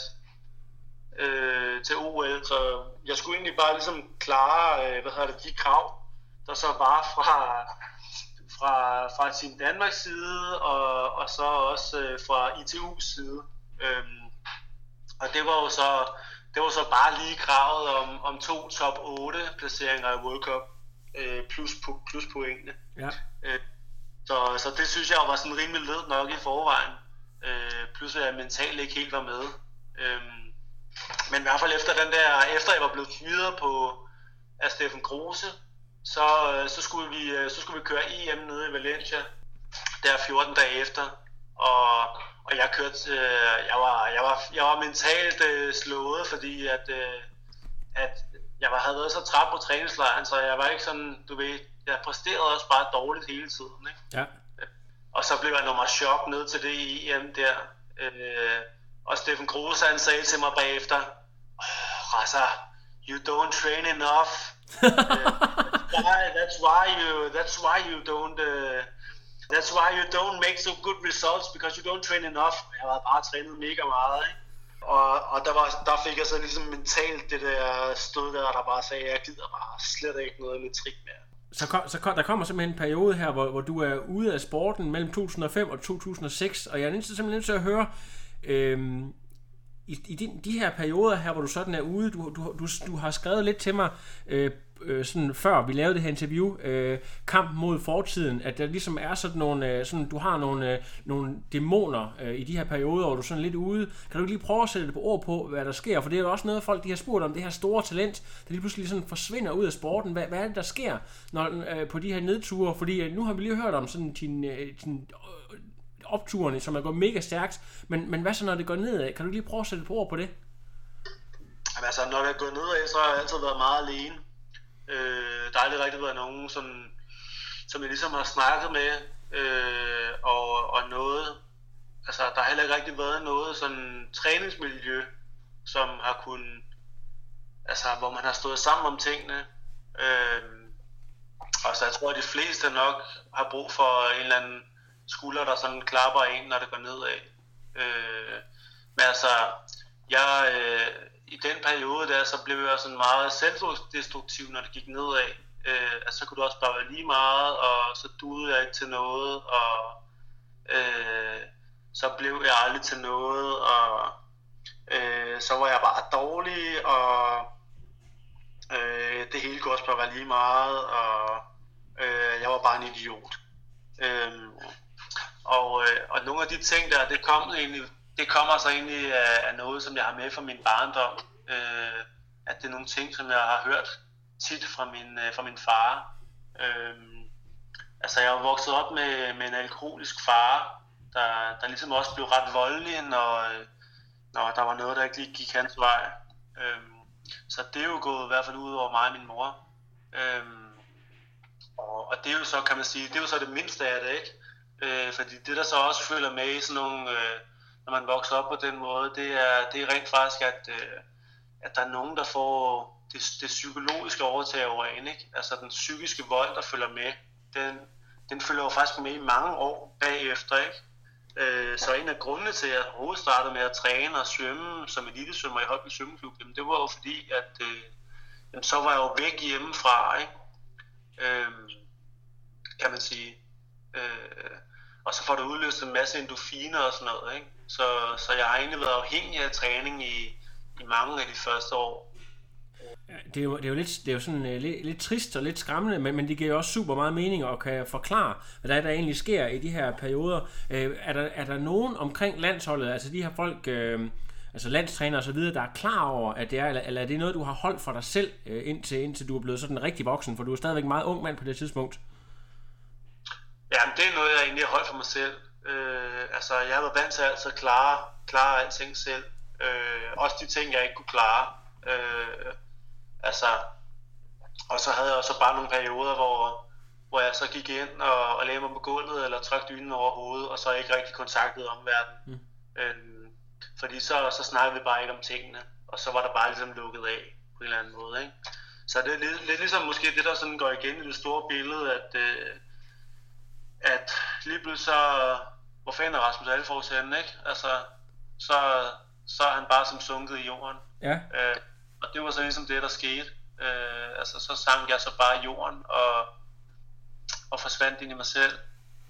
S7: øh, til O L. Så jeg skulle egentlig bare ligesom klare, øh, hvad hedder det, de krav, der så var fra fra fra Team Danmarks side og og så også øh, fra I T U's side. Øhm, og det var jo så det var så bare lige kravet om om to top otte placeringer i World Cup. Plus, plus pointene. Ja. Øh, så, så det synes jeg var sådan rimelig ledt nok i forvejen. Øh, plus at jeg mentalt ikke helt var med. Øh, men i hvert fald efter den der, efter jeg var blevet fyret på af Steffen Kruse, så, så, skulle vi, så skulle vi køre E M nede i Valencia, der fjorten dage efter. Og, og jeg kørte, øh, jeg, var, jeg, var, jeg var mentalt øh, slået, fordi at, øh, at jeg var, havde været så træt på træningslejren, så jeg var ikke sådan, du ved, jeg præsterede også bare dårligt hele tiden, ikke? Ja. Og så blev jeg nummer chok ned til det E M der. Øh, og Steffen Kruse, han sagde til mig bagefter, oh, Rasa, you don't train enough. uh, that's why you, that's why you don't, uh, that's why you don't make so good results, because you don't train enough. Jeg havde bare trænet mega meget, ikke? Og, og der, var, der fik jeg så ligesom mentalt det der stod der, der bare sagde, jeg gider bare slet ikke noget med trick mere.
S6: Så, kom, så kom, der kommer simpelthen en periode her, hvor, hvor du er ude af sporten mellem to tusind og fem og to tusind og seks, og jeg er simpelthen nødt til at høre, øhm, i, i de, de her perioder her, hvor du sådan er ude, du, du, du, du har skrevet lidt til mig, øh, øh, sådan før vi lavede det her interview, øh, kamp mod fortiden, at der ligesom er sådan nogle, øh, sådan, du har nogle, øh, nogle dæmoner øh, i de her perioder, hvor du er sådan lidt ude. Kan du ikke lige prøve at sætte det på ord på, hvad der sker? For det er jo også noget, folk de har spurgt om, det her store talent, der lige pludselig sådan forsvinder ud af sporten. Hvad, hvad er det, der sker når, øh, på de her nedture? Fordi øh, nu har vi lige hørt om sådan din, øh, din øh, opturene, som er gået mega stærkt, men, men hvad så når det går nedad? Kan du lige prøve at sætte det på ord på det?
S7: Jamen, altså, når det er gået nedad, så har jeg altid været meget alene. Øh, der har aldrig rigtig været nogen, som, som jeg ligesom har snakket med, øh, og, og noget, altså der har heller ikke rigtig været noget sådan træningsmiljø, som har kunnet, altså hvor man har stået sammen om tingene. Øh, og så jeg tror, at de fleste nok har brug for en eller anden skulder, der sådan klapper en, når det går nedad. Øh, men altså, jeg... Øh, i den periode der, så blev jeg sådan meget selvdestruktiv, når det gik nedad. Øh, altså, så kunne du også bare være lige meget, og så duede jeg ikke til noget, og øh, så blev jeg aldrig til noget, og øh, så var jeg bare dårlig, og øh, det hele kunne også bare være lige meget, og øh, jeg var bare en idiot. Øh, og, øh, og nogle af de ting der, det kom egentlig Det kommer så egentlig af, af noget, som jeg har med fra min barndom. Øh, at det er nogle ting, som jeg har hørt tit fra min, øh, fra min far. Øh, altså, jeg er vokset op med, med en alkoholisk far, der, der ligesom også blev ret voldelig, når, når der var noget, der ikke lige gik hans vej. Øh, så det er jo gået i hvert fald ud over mig og min mor. Øh, og, og det er jo så, kan man sige, det er jo så det mindste af det, ikke? Øh, fordi det, der så også følger med i sådan nogle... Øh, når man vokser op på den måde, det er, det er rent faktisk, at, øh, at der er nogen, der får det, det psykologiske overtag over en, ikke? Altså den psykiske vold, der følger med, den, den følger jo faktisk med i mange år bagefter, ikke? Øh, så en af grundene til, at jeg overhovedet startede med at træne og svømme som elitesvømmer i Holbæk Svømmeklub, det var jo fordi, at øh, jamen, så var jeg jo væk hjemmefra, ikke? Øh, kan man sige. Øh, og så får du udløst en masse endorfiner og sådan noget, ikke? Så, så jeg har egentlig været afhængig af træning i, i mange af de første år.
S6: Det er jo, det er jo, lidt, det er jo sådan uh, lidt, lidt trist og lidt skræmmende, men, men det giver jo også super meget mening og kan forklare, hvad der, er, der egentlig sker i de her perioder. Uh, er, der, er der nogen omkring landsholdet, altså de her folk, uh, altså landstrænere og så videre, der er klar over, at det er, eller, eller er det noget, du har holdt for dig selv, uh, indtil, indtil du er blevet sådan rigtig voksen, for du er stadigvæk en meget ung mand på det tidspunkt?
S7: Jamen, det er noget, jeg egentlig har holdt for mig selv. Øh, altså, jeg har været vant til at altid klare, klare alting selv. Øh, også de ting, jeg ikke kunne klare. Øh, altså, og så havde jeg også bare nogle perioder, hvor, hvor hvor jeg så gik ind og, og lagde mig på gulvet eller trykte dynen over hovedet, og så ikke rigtig kontaktede omverdenen. Mm. Øhm, fordi så, så snakkede vi bare ikke om tingene, og så var der bare ligesom lukket af på en eller anden måde, ikke? Så det er lidt, lidt ligesom måske det, der sådan går igen i det store billede, at, øh, at lige pludselig så, hvor fanden er Rasmus Alfors henne, ikke? Altså, så, så er han bare som sunket i jorden.
S6: Ja.
S7: Øh, og det var så ligesom det, der skete. Øh, altså, så sank jeg så bare i jorden og, og forsvandt ind i mig selv.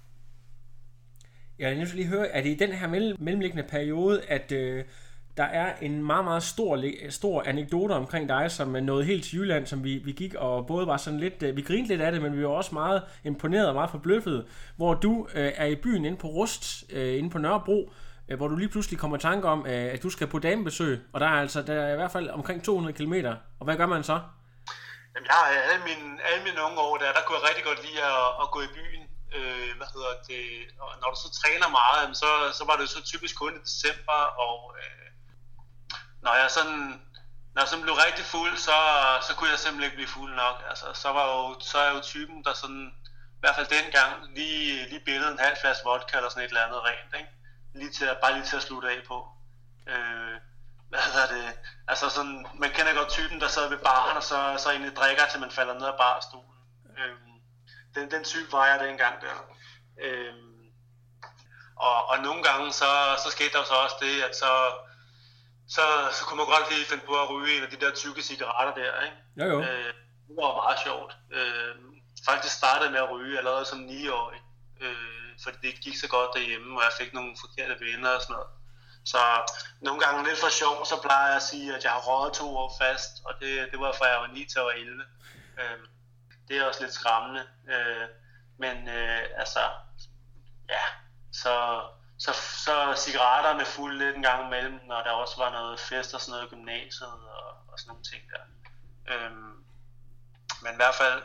S6: Jeg vil lige høre, er det i den her mellemliggende periode, at øh, der er en meget, meget stor, stor anekdote omkring dig, som er nået helt til Jylland, som vi, vi gik og både var sådan lidt, vi grinede lidt af det, men vi var også meget imponeret og meget forbløffet, hvor du øh, er i byen inde på Rust, øh, inde på Nørrebro, øh, hvor du lige pludselig kommer i tanke om, øh, at du skal på damebesøg, og der er altså der er i hvert fald omkring to hundrede kilometer, og hvad gør man så?
S7: Jamen, jeg har alle mine, alle mine unge år der, der kunne jeg rigtig godt lide at, at gå i byen. Øh, hvad hedder det? Og når du så træner meget, så, så var det jo så typisk kun i december, og øh, når jeg sådan, når jeg sådan blev rigtig fuld, så, så kunne jeg simpelthen ikke blive fuld nok. Altså, så var jo, så er jeg jo typen, der sådan, i hvert fald dengang, lige, lige billede en halv flaske vodka eller sådan et eller andet rent, ikke? Lige til, bare lige til at slutte af på. Øh, hvad hedder det? Altså sådan, man kender godt typen, der sidder ved baren, og så, så egentlig drikker, til man falder ned af barstolen. Øh, Den, den type var jeg dengang der. Øhm, og, og nogle gange, så, så skete der så også det, at så, så, så kunne man godt lige finde på at ryge en af de der tykke cigaretter der, ikke?
S6: Jo, jo.
S7: Øh, det var meget sjovt. Øh, faktisk startede med at ryge allerede som niårig, øh, fordi det gik så godt derhjemme, og jeg fik nogle forkerte venner og sådan noget. Så nogle gange lidt for sjov, så plejer jeg at sige, at jeg har røget to år fast, og det, det var fra jeg var ni til jeg var elleve. Øh, Det er også lidt skræmmende, øh, men øh, altså, ja, så, så, så cigaretterne fulgte lidt en gang imellem, når der også var noget fest og sådan noget i gymnasiet og, og sådan nogle ting der. Øh, men i hvert fald,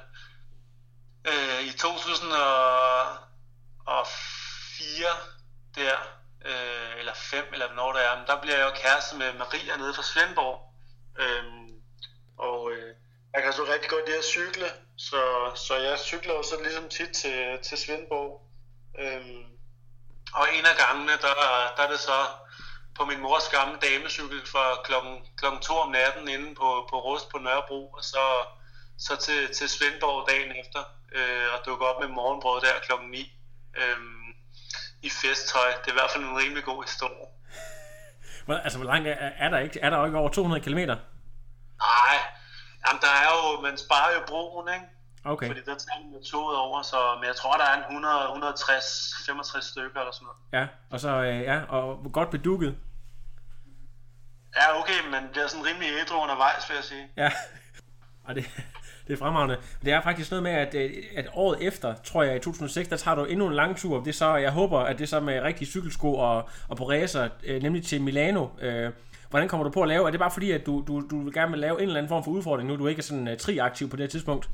S7: øh, i to tusind og fire der, øh, eller fem, eller hvornår det er, der bliver jeg jo kæreste med Maria nede fra Svendborg, øh, og øh, jeg kan så rigtig godt lide at cykle, så, så jeg cykler jo så ligesom tit til, til Svendborg. Øhm, og en af gangene, der, der er det så på min mors gamle damecykel fra klokken, klokken to om natten inde på, på Rust på Nørrebro, og så, så til, til Svendborg dagen efter, øh, og dukke op med morgenbrød der klokken ni øh, i festtøj. Det er i hvert fald en rimelig god historie.
S6: Altså, hvor langt er, er der ikke? Er der ikke over to hundrede kilometer?
S7: Nej. Jamen, der er jo, man sparer jo broen, ikke?
S6: Okay.
S7: Fordi der tager man toget over, så, men jeg tror, der er en hundrede, et hundrede og tres, femogtres stykker eller sådan noget.
S6: Ja, og så, øh, ja, og godt bedukket.
S7: Ja, okay, men man bliver sådan rimelig ædru undervejs, vil jeg sige.
S6: Ja, og det, det er fremragende. Det er faktisk noget med, at, at året efter, tror jeg, i to tusind og seks, der tager du endnu en lang tur. Det er så, jeg håber, at det er så med rigtige cykelsko og, og på racer, nemlig til Milano. Hvordan kommer du på at lave? Er det bare fordi, at du, du, du vil gerne vil lave en eller anden form for udfordring nu, du ikke er sådan uh, tri-aktiv på det her tidspunkt?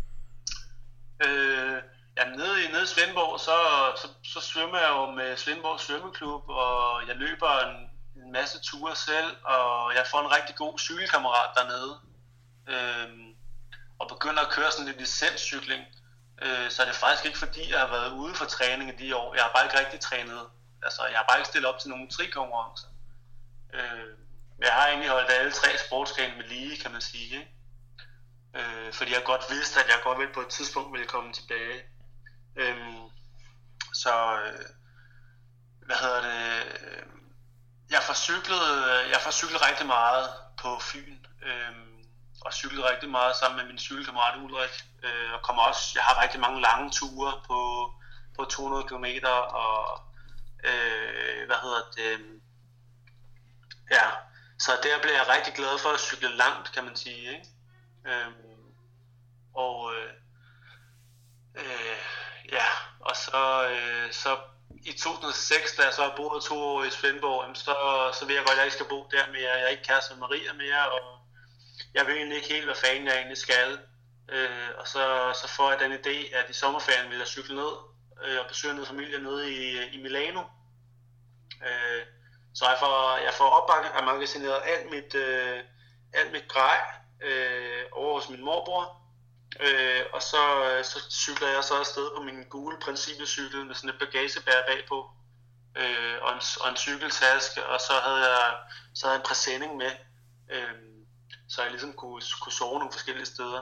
S7: Øh, ja, nede i, nede i Svendborg, så, så, så svømmer jeg jo med Svendborg Svømmeklub, og jeg løber en, en masse ture selv, og jeg får en rigtig god cykelkammerat dernede. Øh, og begynder at køre sådan lidt licenscykling. Øh, så er det faktisk ikke fordi, jeg har været ude for træning i de år. Jeg har bare ikke rigtig trænet. Altså, jeg har bare ikke stillet op til nogle tri-konkurrencer. Øh, Jeg har egentlig holdt alle tre sportsgrene med lige, kan man sige, ikke? Øh, fordi jeg godt vidste, at jeg godt ville på et tidspunkt ville komme tilbage. Øh, så, øh, hvad hedder det? Jeg får cyklet, jeg får cyklet rigtig meget på Fyn, øh, og cyklet rigtig meget sammen med min cykelkammerat Ulrik. Øh, og kommer også, jeg har rigtig mange lange ture på, på to hundrede kilometer, og øh, hvad hedder det? Ja. Så der bliver jeg rigtig glad for at cykle langt, kan man sige, ikke? Øhm, og øh, øh, ja, og så, øh, så i to tusind og seks, da jeg så har boet to år i Svendborg, så, så vil jeg godt, at jeg ikke skal bo der mere. Jeg er ikke kæreste med Maria mere, og jeg ved egentlig ikke helt, hvad fanden jeg egentlig skal. Øh, og så, så får jeg den idé, at i sommerferien vil jeg cykle ned øh, og besøge noget familie nede i, i Milano. Øh, Så jeg får, jeg får opbakket og magasineret alt mit, øh, alt mit grej øh, over hos min morbror. Øh, og så, så cykler jeg så afsted på min gule principelcykel med sådan et bagagebær bagpå. Øh, og, en, og en cykeltaske, og så havde jeg, så havde jeg en præsending med, øh, så jeg ligesom kunne, kunne sove nogle forskellige steder.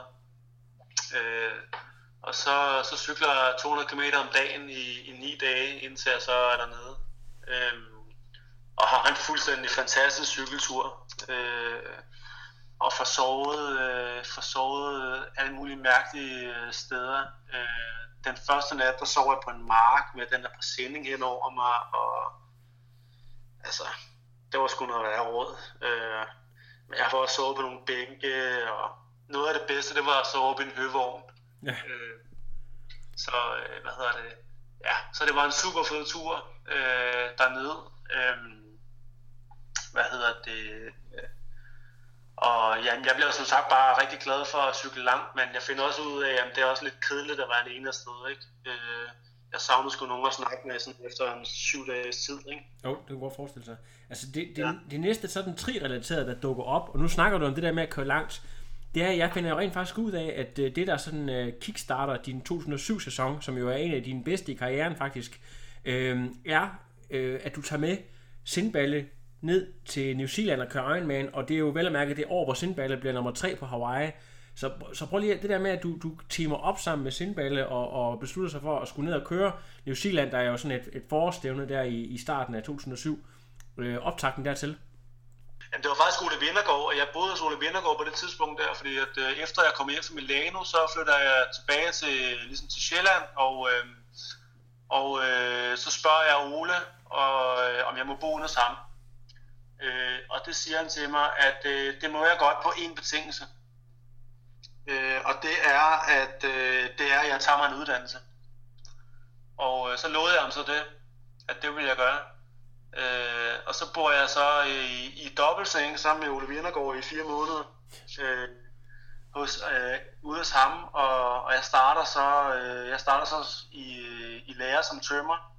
S7: Øh, og så, så cykler jeg to hundrede kilometer om dagen i, i ni dage, indtil jeg så er dernede. Øh, og har en fuldstændig fantastisk cykeltur. Øh, og får sovet, øh, får sovet alle mulige mærkelige steder. Øh, Den første nat, der sov jeg på en mark med den der præsending hen over mig, og altså, det var sgu noget værre råd. Øh, men jeg har også sovet på nogle bænke, og noget af det bedste, det var at sove op i en høvogn. Ja. Øh, så, øh, hvad hedder det? Ja, så det var en super fed tur øh, dernede. Øh, hvad hedder det? Og ja, jeg bliver som sagt bare rigtig glad for at cykle langt, men jeg finder også ud af, at det er også lidt kedeligt at være alene afsted, ikke? Øh, jeg savner sgu nogen at snakke med sådan efter en syv dages tid, ikke?
S6: Jo, det kan godt forestille sig. Altså det, det, ja. det næste sådan tri-relateret, der dukker op, og nu snakker du om det der med at køre langt, det er, jeg finder jo rent faktisk ud af, at det der sådan uh, kickstarter din to tusind og syv sæson, som jo er en af dine bedste i karrieren faktisk, øh, er, øh, at du tager med Sindballe ned til New Zealand og kører Ironman, og det er jo vel at mærke det år, hvor Sindballe bliver nummer tre på Hawaii. Så, så prøv lige det der med, at du, du teamer op sammen med Sindballe og, og beslutter sig for at skulle ned og køre New Zealand, der er jo sådan et, et forårsstævne der i, i starten af to tusind og syv. Øh, optakten dertil.
S7: Jamen, det var faktisk Ole Vindergaard, og jeg boede hos Ole Vindergaard på det tidspunkt der, fordi at, øh, efter jeg kom hjem fra Milano, så flytter jeg tilbage til, ligesom til Sjælland, og, øh, og øh, så spørger jeg Ole, og, øh, om jeg må bo hos ham. Øh, og det siger han til mig, at øh, det må jeg godt på én betingelse. Øh, og det er, at øh, det er, at jeg tager mig en uddannelse. Og øh, så lovede jeg ham så det, at det vil jeg gøre. Øh, og så bor jeg så i, i dobbeltseng sammen med Ole Vindergaard i fire måneder øh, hos, øh, ude hos ham, og, og jeg starter så øh, jeg starter så i, i lære som tømrer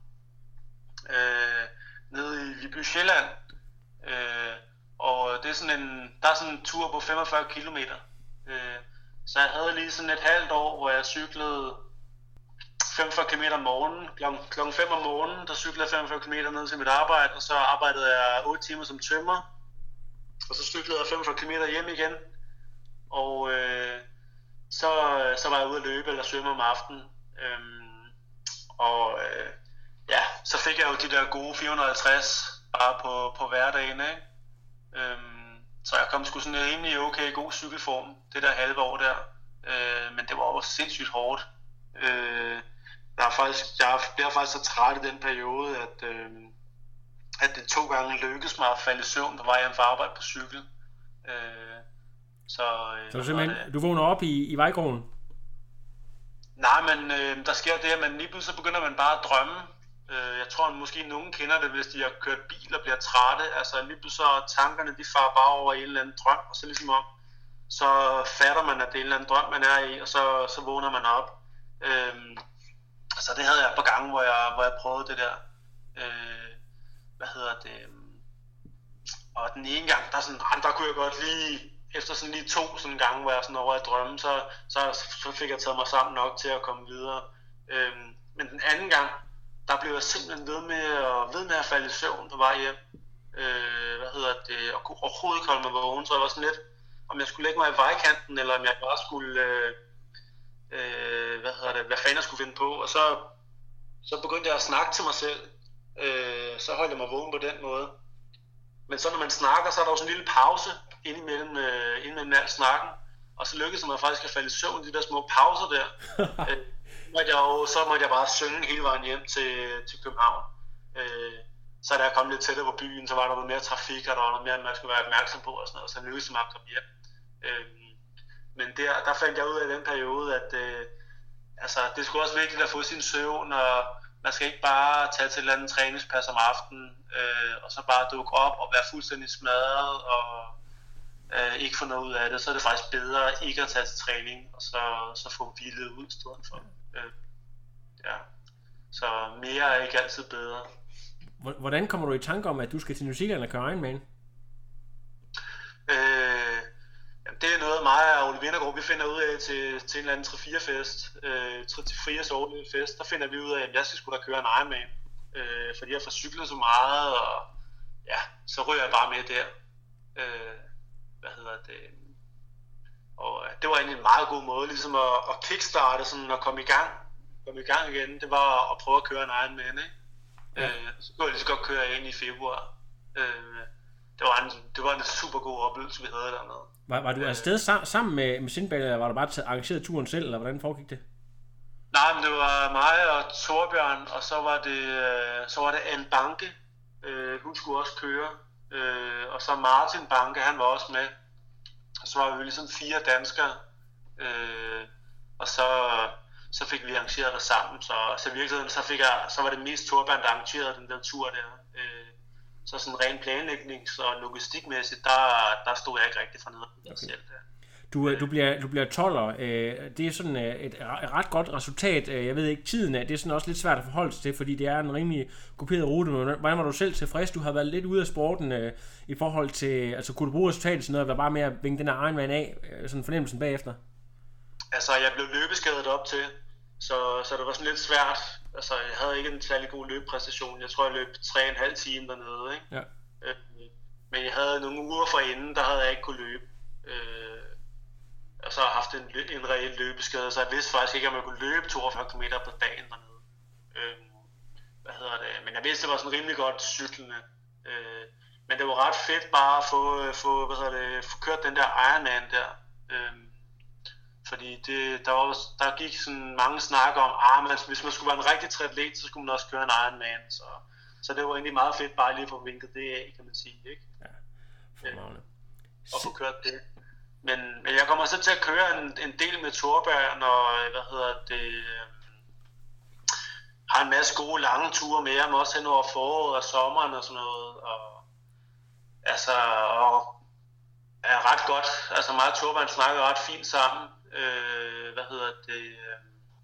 S7: øh, nede i Viby Sjælland. Øh, og det er sådan en, der er sådan en tur på femogfyrre kilometer. Øh, så jeg havde lige sådan et halvt år, hvor jeg cyklede femogfyrre kilometer om morgenen. Klokken fem om morgenen, der cyklede jeg femogfyrre kilometer ned til mit arbejde, og så arbejdede jeg otte timer som tømrer. Og så cyklede jeg femogfyrre kilometer hjem igen. Og øh, så, så var jeg ude at løbe eller svømme om aftenen. Øhm, og øh, ja, så fik jeg jo de der gode fire hundrede og halvtreds bare på, på hverdagen, ikke? Øhm, så jeg kom sgu sådan en rimelig okay god cykelform, det der halve år der. Øh, men det var også sindssygt hårdt. Øh, jeg, er faktisk, jeg bliver faktisk så træt i den periode, at, øh, at det to gange lykkedes mig at falde i søvn på vej hjem fra arbejde på cykel. Øh, så, øh,
S6: så du simpelthen, du vågner op i, i vejgården?
S7: Nej, men øh, der sker det, at man lige pludselig så begynder man bare at drømme. Øh, jeg tror, at måske nogen kender det, hvis de har kørt bil og bliver trætte. Altså lige pludselig så tankerne, de farer bare over i en eller anden drøm, og så ligesom om, så fatter man, at det er en eller anden drøm, man er i, og så, så vågner man op. Øhm, så det havde jeg et par gange, hvor jeg, hvor jeg prøvede det der. Øh, hvad hedder det? Og den ene gang, der, sådan, der kunne jeg godt lige, efter sådan lige to sådan gange, hvor jeg sådan over at drømme, så, så, så fik jeg taget mig sammen nok til at komme videre. Øhm, men den anden gang, der blev jeg simpelthen ved med at, ved med at falde i søvn på vej hjem. Øh, hvad hedder det? Og kunne overhovedet ikke holde mig vågen, så jeg var sådan lidt, om jeg skulle lægge mig i vejkanten, eller om jeg bare skulle, øh, øh, hvad hedder det, hvad fanden jeg skulle finde på. Og så, så begyndte jeg at snakke til mig selv. Øh, så holdt jeg mig vågen på den måde. Men så når man snakker, så er der jo sådan en lille pause indimellem, øh, indimellem al snakken. Og så lykkedes det mig faktisk at falde i søvn i de der små pauser der. øh, måtte jeg jo, så måtte jeg bare synge hele vejen hjem til, til København. Øh, så da jeg kom lidt tættere på byen, så var der noget mere trafik, og der var noget mere, man skulle være opmærksom på og sådan noget. Så det lykkedes mig at komme hjem. Øh, men der, der fandt jeg ud af i den periode, at øh, altså, det er sgu også vigtigt at få sin søvn, og man skal ikke bare tage til et eller andet træningspas om aftenen, øh, og så bare dukke op og være fuldstændig smadret, og øh, ikke få noget ud af det. Så er det faktisk bedre ikke at tage til træning, og så, så få hvilet ud i stedet for. Øh, ja. Så mere er ikke altid bedre.
S6: Hvordan kommer du i tanke om, at du skal til New Zealand og køre Ironman?
S7: Øh, Det er noget mig og Ole Vindergaard, vi finder ud af til, til en eller anden tre fire fest, øh, tre fire årlige fest, der finder vi ud af, at jeg skal sgu da køre en Ironman, øh, fordi jeg får cyklet så meget, og ja, så ryger jeg bare med der. Øh, hvad hedder det? Og det var egentlig en meget god måde, ligesom at, at kickstarte, sådan at komme i gang, komme i gang igen. Det var at prøve at køre en Ironman, ikke? Ja. Øh, så kunne jeg lige så godt køre ind i februar. Øh, det var en, det var en super god oplevelse, vi havde dernede.
S6: Var, var du afsted sam, sammen med, med Sindbæk, eller var du bare arrangeret turen selv, eller hvordan foregik det?
S7: Nej, men det var mig og Torbjørn, og så var det, så var det Anne Banke, øh, hun skulle også køre, øh, og så Martin Banke, han var også med. Og så var vi ligesom fire danskere, øh, og så, så fik vi arrangeret det sammen, så, så i virkeligheden så, fik jeg, så var det mest Torbjørn, der arrangerede den der tur der. Øh, Så sådan ren planlægnings- og logistikmæssigt, der, der stod jeg ikke rigtig for noget okay. selv der.
S6: Du, du, bliver, du bliver tolver. Det er sådan et ret godt resultat. Jeg ved ikke, tiden af det er sådan også lidt svært at forholde sig til, fordi det er en rimelig kopieret rute. Hvordan var du selv tilfreds? Du har været lidt ude af sporten i forhold til, altså kunne du bruge resultatet sådan noget, at være bare med at vinge den her Ironman af, sådan fornemmelsen bagefter?
S7: Altså, jeg blev løbeskadet op til, så, så det var sådan lidt svært. Altså, jeg havde ikke en særlig god løbepræstation. Jeg tror, jeg løb tre og en halv time dernede, ikke?
S6: Ja.
S7: Øh, men jeg havde nogle uger forinden, der havde jeg ikke kunne løbe. Øh, og så har jeg haft en, en reel løbeskade, så jeg vidste faktisk ikke, om jeg kunne løbe toogfyrre kilometer på dagen dernede. Øh, hvad hedder det? Men jeg vidste, det var sådan rimelig godt cyklende. Øh, men det var ret fedt bare at få, få, hvad hedder det, få kørt den der Ironman der. Øh, Fordi det, der, var, der gik sådan mange snakker om, at ah, hvis man skulle være en rigtig triatlet, så skulle man også køre en Ironman. Så, så det var egentlig meget fedt bare lige at få vinket det af, kan man sige. Ikke?
S6: Ja, fremragende.
S7: Og få kørt det. Men, men jeg kommer så til at køre en, en del med Torbjørn, og hvad hedder det, øh, har en masse gode lange ture med ham, også hen over foråret og sommeren og sådan noget. Og, altså, og er ret godt. Altså mig og Torbjørn snakker ret fint sammen. Øh, hvad hedder det? Øh,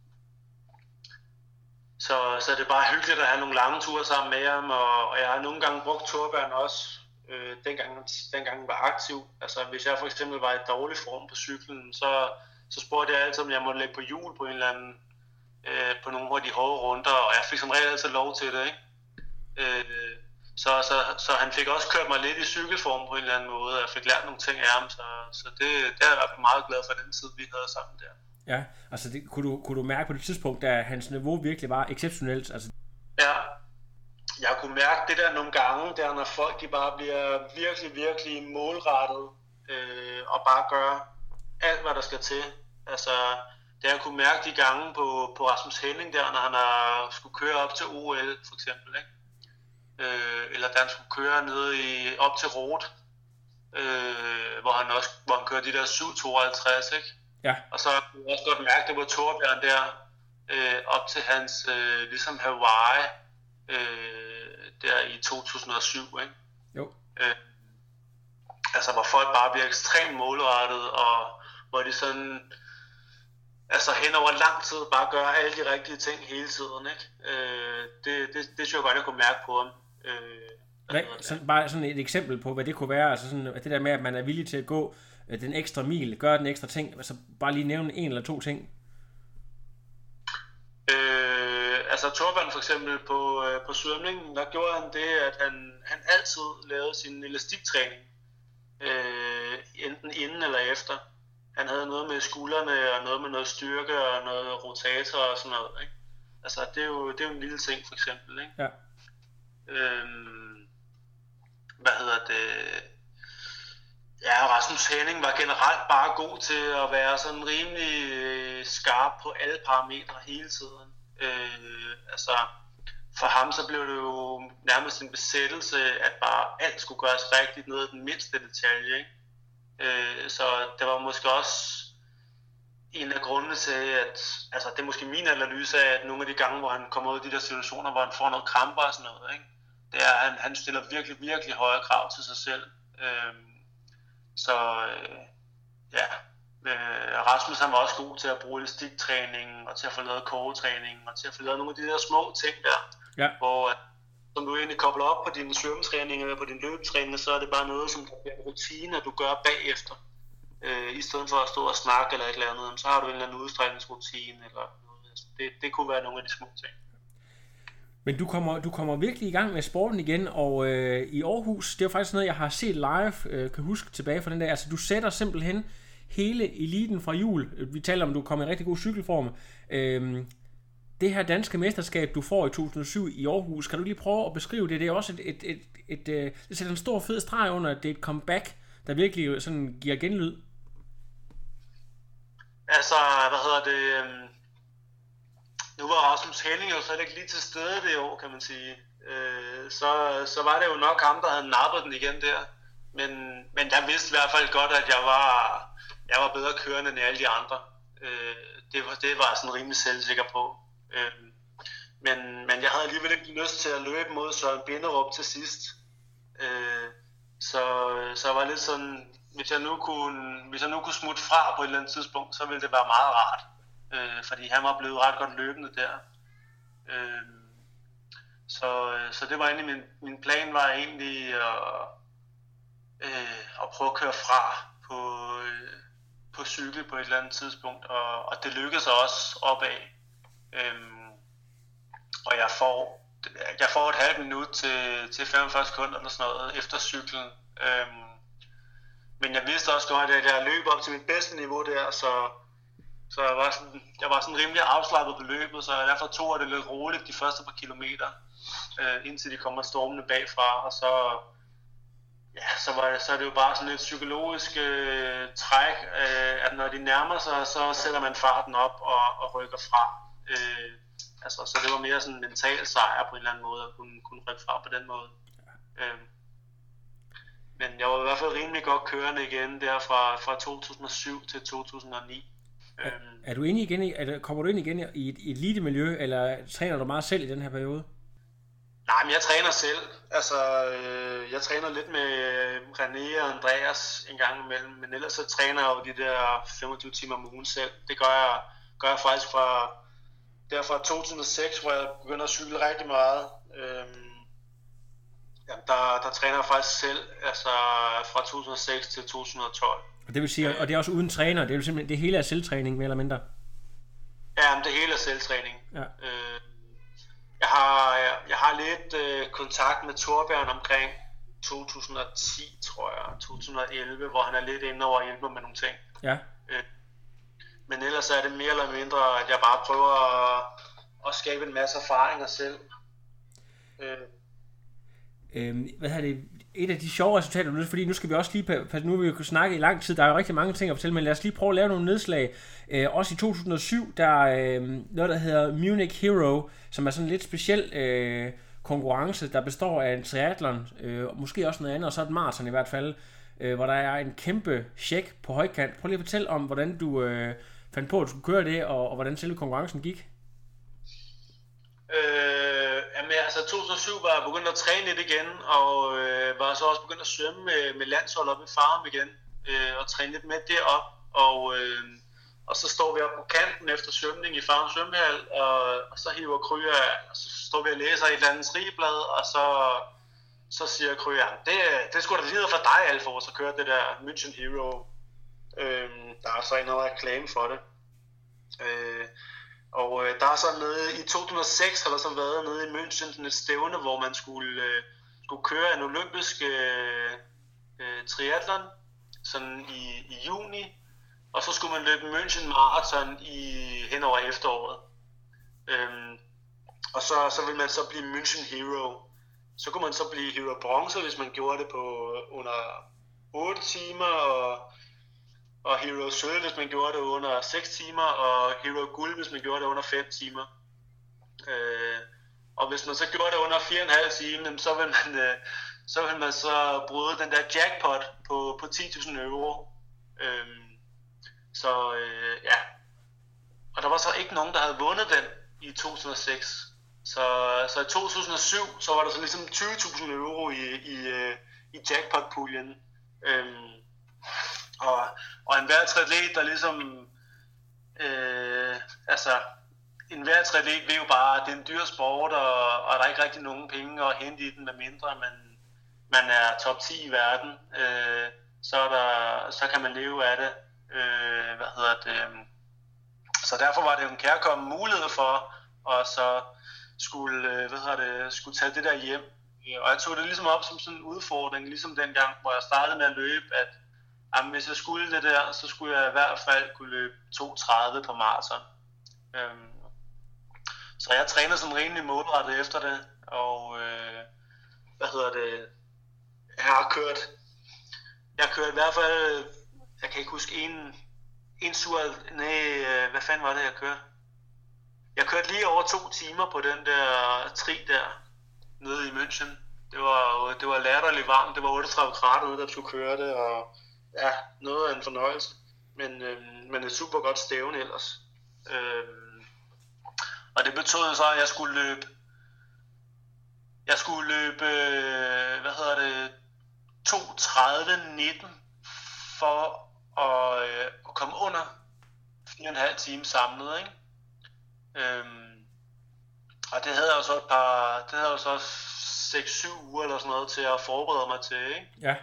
S7: så, så det er bare hyggeligt at have nogle lange ture sammen med ham, og, og jeg har nogle gange brugt Torbjørn også, øh, dengang, dengang han var aktiv. Altså hvis jeg for eksempel var i dårlig form på cyklen, så, så spurgte jeg altid, om jeg måtte lægge på hjul på en eller anden, øh, på nogle af de hårde runder, og jeg fik som regel altid lov til det, ikke? Øh, Så, så, så han fik også kørt mig lidt i cykelform på en eller anden måde, og jeg fik lært nogle ting af ham, så, så det, det er jeg meget glad for den tid, vi havde sammen der.
S6: Ja, altså det, kunne, du, kunne du mærke på det tidspunkt, da hans niveau virkelig var exceptionelt? Altså...
S7: Ja, jeg kunne mærke det der nogle gange, der når folk de bare bliver virkelig, virkelig målrettet, øh, og bare gør alt, hvad der skal til. Altså, det jeg kunne mærke de gange på, på Rasmus Henning der, når han har skulle køre op til O L for eksempel, ikke? Øh, eller da han skulle køre ned i, op til Roth, øh, hvor han også hvor han kører de der syv tooghalvtreds, ikke?
S6: Ja.
S7: Og så kunne jeg også godt mærke, det var Torbjørn der, øh, op til hans, øh, ligesom Hawaii, øh, der i to tusind og syv, ikke?
S6: Jo.
S7: Øh, altså, hvor folk bare bliver ekstremt målrettet, og hvor de sådan, altså hen over lang tid, bare gør alle de rigtige ting hele tiden, ikke? Øh, det, det, det synes jeg godt, jeg kunne mærke på ham. Øh,
S6: hvad, sådan, bare sådan et eksempel på, hvad det kunne være, altså sådan, at det der med, at man er villig til at gå øh, den ekstra mil, gøre den ekstra ting, altså bare lige nævne en eller to ting.
S7: Øh, altså Torbjørn for eksempel på, øh, på svømningen, der gjorde han det, at han, han altid lavede sin elastiktræning, øh, enten inden eller efter. Han havde noget med skuldrene, og noget med noget styrke, og noget rotator og sådan noget, ikke? Altså, det er jo, det er jo en lille ting, for eksempel, ikke?
S6: Ja.
S7: Øhm, hvad hedder det? Ja, Rasmus Henning var generelt bare god til at være sådan rimelig øh, skarp på alle parametre hele tiden. Øh, altså, for ham så blev det jo nærmest en besættelse, at bare alt skulle gøres rigtigt ned i den mindste detalje, ikke? Øh, så det var måske også en af grundene til, at altså det er måske min analyse af, at nogle af de gange, hvor han kommer ud i de der situationer, hvor han får noget kramper og sådan noget, ikke? Det er, at han, han stiller virkelig, virkelig høje krav til sig selv. Øh, så øh, ja, øh, Rasmus han var også god til at bruge elastiktræningen, og til at få lavet kogetræningen, og til at få lavet nogle af de der små ting der,
S6: ja.
S7: Hvor som du egentlig kobler op på dine svømmetræninger eller på din løbetræning, så er det bare noget, som bliver en rutine, du gør bagefter. øh, i stedet for at stå og snakke eller et eller andet, så har du en eller anden udstrækningsrutine eller noget. Altså, det, det kunne være nogle af de små ting.
S6: Men du kommer, du kommer virkelig i gang med sporten igen, og øh, i Aarhus, det er faktisk noget, jeg har set live, øh, kan huske tilbage fra den der, altså du sætter simpelthen hele eliten fra jul. Vi taler om, at du kommer i rigtig god cykelform. Øh, det her danske mesterskab, du får i to tusind og syv i Aarhus, kan du lige prøve at beskrive det? Det er også et, et, et, et, et det sætter en stor fed streg under, at det er et comeback, der virkelig sådan giver genlyd.
S7: Altså, hvad hedder det... Nu var Rasmus Helling jo så ikke lige til stede det år, kan man sige. Øh, så, så var det jo nok ham, der havde nappet den igen der. Men, men jeg vidste i hvert fald godt, at jeg var, jeg var bedre kørende end alle de andre. Øh, det, var, det var jeg sådan rimelig selvsikker på. Øh, men, men jeg havde alligevel ikke lyst til at løbe mod Søren Binderup til sidst. Øh, så, så jeg var lidt sådan, hvis jeg, nu kunne, hvis jeg nu kunne smutte fra på et eller andet tidspunkt, så ville det være meget rart. Øh, fordi han var blevet ret godt løbende der. Øh, så, så det var egentlig min, min plan var egentlig at, øh, at prøve at køre fra på, øh, på cykel på et eller andet tidspunkt, og, og det lykkedes også opad. Øh, og jeg får, jeg får et halvt minut til, til femogfyrre sekunder eller sådan noget efter cyklen. Øh, men jeg vidste også godt, at jeg løb op til mit bedste niveau der, så Så jeg var, sådan, jeg var sådan rimelig afslappet på løbet, så derfor tog jeg det lidt roligt de første par kilometer, øh, indtil de kommer stormende bagfra, og så, ja, så, var det, så er det jo bare sådan et psykologisk øh, træk, øh, at når de nærmer sig, så sætter man farten op og, og rykker fra. Øh, altså, så det var mere sådan en mental sejr på en eller anden måde, at kunne, kunne rykke fra på den måde. Øh, men jeg var i hvert fald rimelig godt kørende igen der fra, fra to tusind og syv til to tusind og ni.
S6: Er, er du inde igen i, er, kommer du ind igen i et, i et elitemiljø, eller træner du meget selv i den her periode?
S7: Nej, men jeg træner selv. Altså, øh, jeg træner lidt med René og Andreas en gang imellem, men ellers så træner jeg jo de der femogtyve timer om ugen selv. Det gør jeg, gør jeg faktisk fra, der fra to tusind og seks, hvor jeg begynder at cykle rigtig meget. Øh, jamen, der, der træner jeg faktisk selv, altså fra to tusind og seks til to tusind og tolv.
S6: Og det vil sige, og det er også uden træner, det er jo simpelthen, det hele er selvtræning, mere eller mindre?
S7: Ja, men det hele er selvtræning.
S6: Ja.
S7: Øh, jeg, har, jeg, jeg har lidt øh, kontakt med Torbjørn omkring to tusind og ti, tror jeg, to tusind og elleve, hvor han er lidt inde over at hjælpe mig med nogle ting.
S6: Ja.
S7: Øh, men ellers er det mere eller mindre, at jeg bare prøver at, at skabe en masse erfaringer selv. Øh.
S6: Øhm, hvad er det? Et af de sjove resultater, nu, fordi nu skal vi også lige, nu vil vi jo snakke i lang tid, der er jo rigtig mange ting at fortælle, men lad os lige prøve at lave nogle nedslag. Øh, også i to tusind og syv, der er øh, noget, der hedder Munich Hero, som er sådan en lidt speciel øh, konkurrence, der består af en triathlon, øh, måske også noget andet, og så et maraton i hvert fald, øh, hvor der er en kæmpe check på højkant. Prøv lige at fortælle om, hvordan du øh, fandt på, at du skulle køre det, og, og hvordan selve konkurrencen gik.
S7: Øh, jamen, altså to tusind og syv var jeg begyndt at træne lidt igen, og øh, var så også begyndt at svømme med, med landshold op i Farum igen, øh, og træne lidt med derop, og, øh, og så står vi op på kanten efter svømning i Farum svømmehal, og, og så hiver Kryer, og så står vi og læser et eller andet skrigeblad, og så, så siger Kryer, det, det skulle da videre for dig, Alfor, så kører det der München Hero. Øh, der er så ikke noget reklame for det. Øh, Og øh, der er så nede i to tusind og seks har der så været nede i München sådan et stævne, hvor man skulle, øh, skulle køre en olympisk øh, øh, triathlon sådan i, i juni, og så skulle man løbe München Marathon i, hen over efteråret. Øhm, og så, så ville man så blive München Hero. Så kunne man så blive Hero Bronze, hvis man gjorde det på under otte timer, og og Hero Sølv, hvis man gjorde det under seks timer, og Hero Guld, hvis man gjorde det under fem timer. Øh, og hvis man så gjorde det under fire komma fem timer, så vil man, øh, så vil man så bryde den der jackpot på, på ti tusind euro. Øh, så øh, ja, og der var så ikke nogen, der havde vundet den i to tusind og seks. Så, så i to tusind og syv, så var der så ligesom tyve tusind euro i, i, i jackpot-puljen. Øh, Og, og enhver triatlet, der ligesom, øh, altså, enhver triatlet ved jo bare, at det er en dyr sport, og, og der er ikke rigtig nogen penge at hente i den, med mindre man, man er top ti i verden. Øh, så, er der, så kan man leve af det. Øh, hvad hedder det? Så derfor var det jo en kærkommen mulighed for at så skulle, hvad hedder det, skulle tage det der hjem. Og jeg tog det ligesom op som sådan en udfordring, ligesom dengang, hvor jeg startede med at løbe, at jamen, hvis jeg skulle det der, så skulle jeg i hvert fald kunne løbe to tredive på maraton. Øhm, så jeg trænede sådan rimelig målrettet efter det, og øh, hvad hedder det, jeg har kørt, jeg har kørt i hvert fald, jeg kan ikke huske en, en sur, nej, hvad fanden var det, jeg kørte? Jeg kørte lige over to timer på den der tri der, nede i München. Det var, det var latterligt varmt, det var otteogtredive grader ude, der skulle køre det, og ja, noget af en fornøjelse. Men, øh, men et super godt stævne ellers. Øh, og det betød så, at jeg skulle løbe, jeg skulle løbe, øh, hvad hedder det, to tredive nitten for at, øh, at komme under fire og en halv time samlet, ikke? Øhm, og det havde jeg jo så et par, det havde jeg jo så seks syv uger eller sådan noget til at forberede mig til, ikke?
S6: Ja.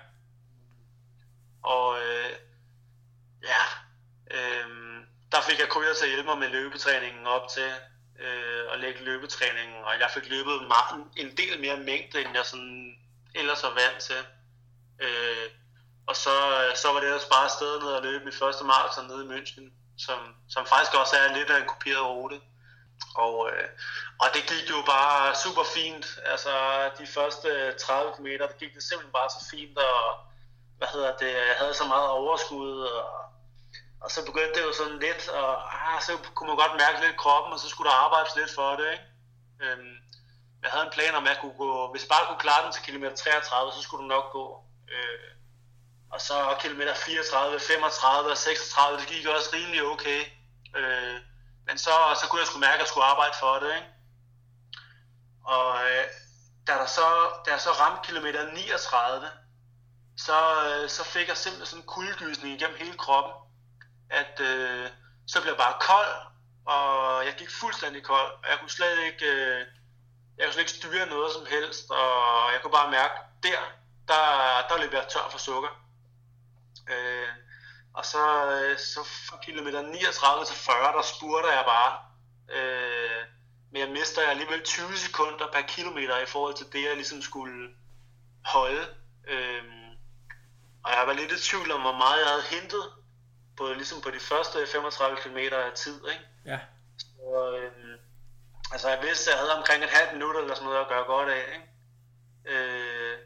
S7: Og øh, ja, øh, der fik jeg Kryer til at hjælpe mig med løbetræningen op til øh, at lægge løbetræningen, og jeg fik løbet meget, en del mere mængde, end jeg sådan ellers var vant til. Øh, og så, så var det at spare afsted ned og løbe mit første maraton nede i München, som, som faktisk også er lidt af en kopieret rute. Og, øh, og det gik jo bare super fint. Altså de første tredive kilometer, det gik det simpelthen bare så fint, og hvad hedder det, jeg havde så meget overskud, og, og så begyndte det jo sådan lidt, og ah, så kunne man godt mærke lidt i kroppen, og så skulle der arbejdes lidt for det, ikke? Øhm, jeg havde en plan om, at jeg kunne gå, hvis jeg bare kunne klare den til kilometer treogtredive, så skulle det nok gå. Øh, og så kilometer fireogtredive, femogtredive og seksogtredive, det gik også rimelig okay. Øh, men så, så kunne jeg sgu mærke, at jeg skulle arbejde for det, ikke? Og øh, da, der så, da jeg så ramte kilometer niogtredive, så, øh, så fik jeg simpelthen sådan en kuldegysning igennem hele kroppen, at øh, så blev jeg bare kold, og jeg gik fuldstændig kold, og jeg kunne slet ikke, øh, jeg kunne slet ikke styre noget som helst, og jeg kunne bare mærke, der, der, der løb jeg tør for sukker. Øh, og så, så fra kilometer niogtredive til fyrre, der spurter jeg bare, øh, men jeg mister alligevel tyve sekunder per kilometer i forhold til det, jeg ligesom skulle holde. Øh, og jeg var lidt i tvivl om, hvor meget jeg havde hentet, på, ligesom på de første femogtredive kilometer af tid, ikke?
S6: Ja.
S7: Så, øh, altså jeg vidste, at jeg havde omkring et halvt minut eller sådan noget at gøre godt af, ikke? Øh,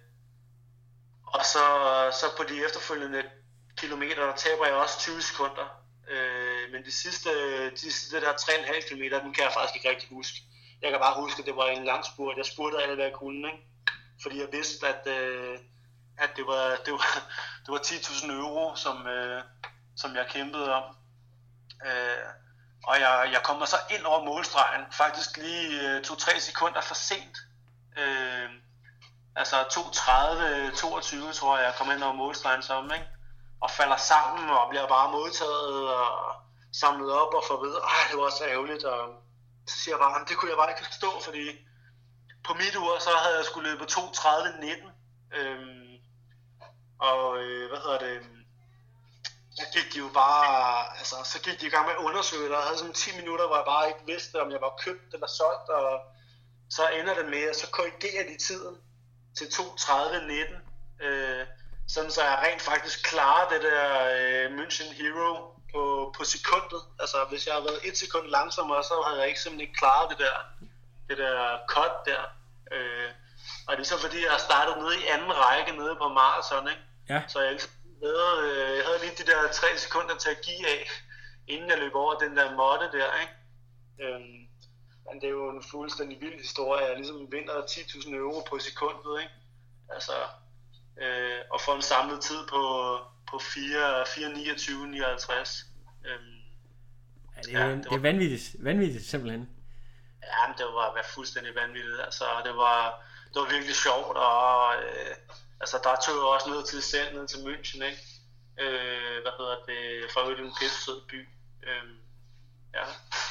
S7: og så, så på de efterfølgende kilometer, der taber jeg også tyve sekunder. Øh, men de sidste, de sidste der tre komma fem kilometer, den kan jeg faktisk ikke rigtig huske. Jeg kan bare huske, at det var en lang spurt. Jeg spurgte alt, hvad jeg kunne, ikke? Fordi jeg vidste, at, øh, at det var, det var, det var ti tusind euro, som, øh, som jeg kæmpede om. Øh, og jeg, jeg kom så ind over målstregen, faktisk lige øh, to til tre sekunder for sent. Øh, altså to tredive toogtyve, tror jeg, jeg kom ind over målstregen som, ikke? Og falder sammen og bliver bare modtaget og samlet op og får ved, ej, det var så ærgerligt, og så siger jeg bare, det kunne jeg bare ikke forstå, fordi på mit ur, så havde jeg skulle løbe to tredive nitten, øhm, og øh, hvad hedder det, så gik de jo bare, altså, så gik de i gang med at undersøge det, og jeg havde sådan ti minutter, hvor jeg bare ikke vidste, om jeg var købt eller solgt, og så ender det med, at så korrigerer de tiden til to tredive nitten, øh, sådan så jeg rent faktisk klarer det der øh, München Hero på, på sekundet. Altså hvis jeg havde været et sekund langsommere, så havde jeg ikke simpelthen ikke klaret det der, det der cut der. Øh, og det er så fordi, jeg startede nede i anden række nede på maraton, ikke?
S6: Ja.
S7: Så jeg, havde, øh, jeg havde lige de der tre sekunder til at give af, inden jeg løb over den der måtte der, ikke? Øh, men det er jo en fuldstændig vild historie. Jeg ligesom vinder ti tusind euro på sekundet, ikke? Altså... Øh, og få en samlet tid på, på fire niogtyve nioghalvtreds. Øhm,
S6: ja, det er, ja, det, det er vanvittigt, vanvittigt simpelthen.
S7: Ja, men det var, var fuldstændig vanvittigt. Altså, det var, det var virkelig sjovt, og øh, altså, der tog jeg også ned til selv, ned til München, ikke? Øh, hvad hedder det, for øvrigt en pisse sød by. Øh, ja.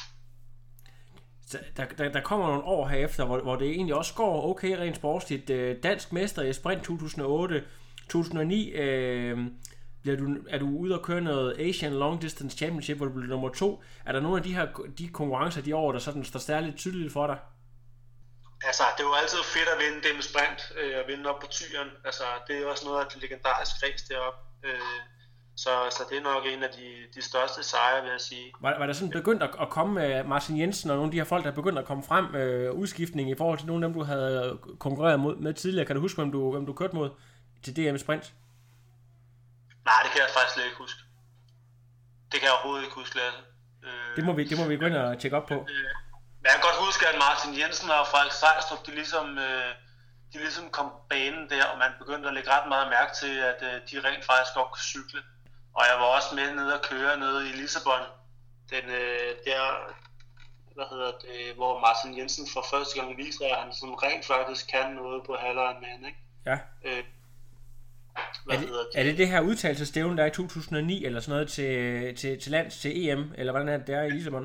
S6: Der, der, der kommer nogle år herefter, hvor, hvor det egentlig også går okay rent sportsligt. Dansk mester i sprint to tusind og otte, to tusind og ni, øh, bliver du, er du ude og køre noget Asian Long Distance Championship, hvor du bliver nummer to? Er der nogle af de her de konkurrencer, de år, der sådan står særligt tydeligt for dig?
S7: Altså, det er jo altid fedt at vinde det med sprint, øh, og vinde op på Tyren. Altså, det er også noget af det legendariske race deroppe. Øh, så, så det er nok en af de, de største sejre, vil jeg sige.
S6: Var, var der sådan begyndt at, at komme med Martin Jensen og nogle af de her folk, der er begyndt at komme frem øh, udskiftning i forhold til nogle af dem, du havde konkurreret mod, med tidligere? Kan du huske, hvem du, hvem du kørte mod til D M Sprint?
S7: Nej, det kan jeg faktisk slet ikke huske. Det kan jeg overhovedet ikke huske, Lasse. Øh,
S6: det, må vi, det må vi gå ind og tjekke op på.
S7: Øh, Men jeg kan godt huske, at Martin Jensen og Frederik Sejlstrup, de ligesom, øh, de ligesom kom på banen der, og man begyndte at lægge ret meget mærke til, at øh, de rent faktisk godt kunne cykle. Og jeg var også med nede og køre nede i Lissabon, den, øh, der, hvad hedder det, hvor Martin Jensen for første gang viser, at han som rent faktisk kan noget på halveren, ikke?
S6: Ja.
S7: Øh,
S6: er, det, det? er det det her udtalelsesstævne, der er i to tusind og ni, eller sådan noget, til, til, til lands, til E M, eller hvordan er det, der i Lissabon?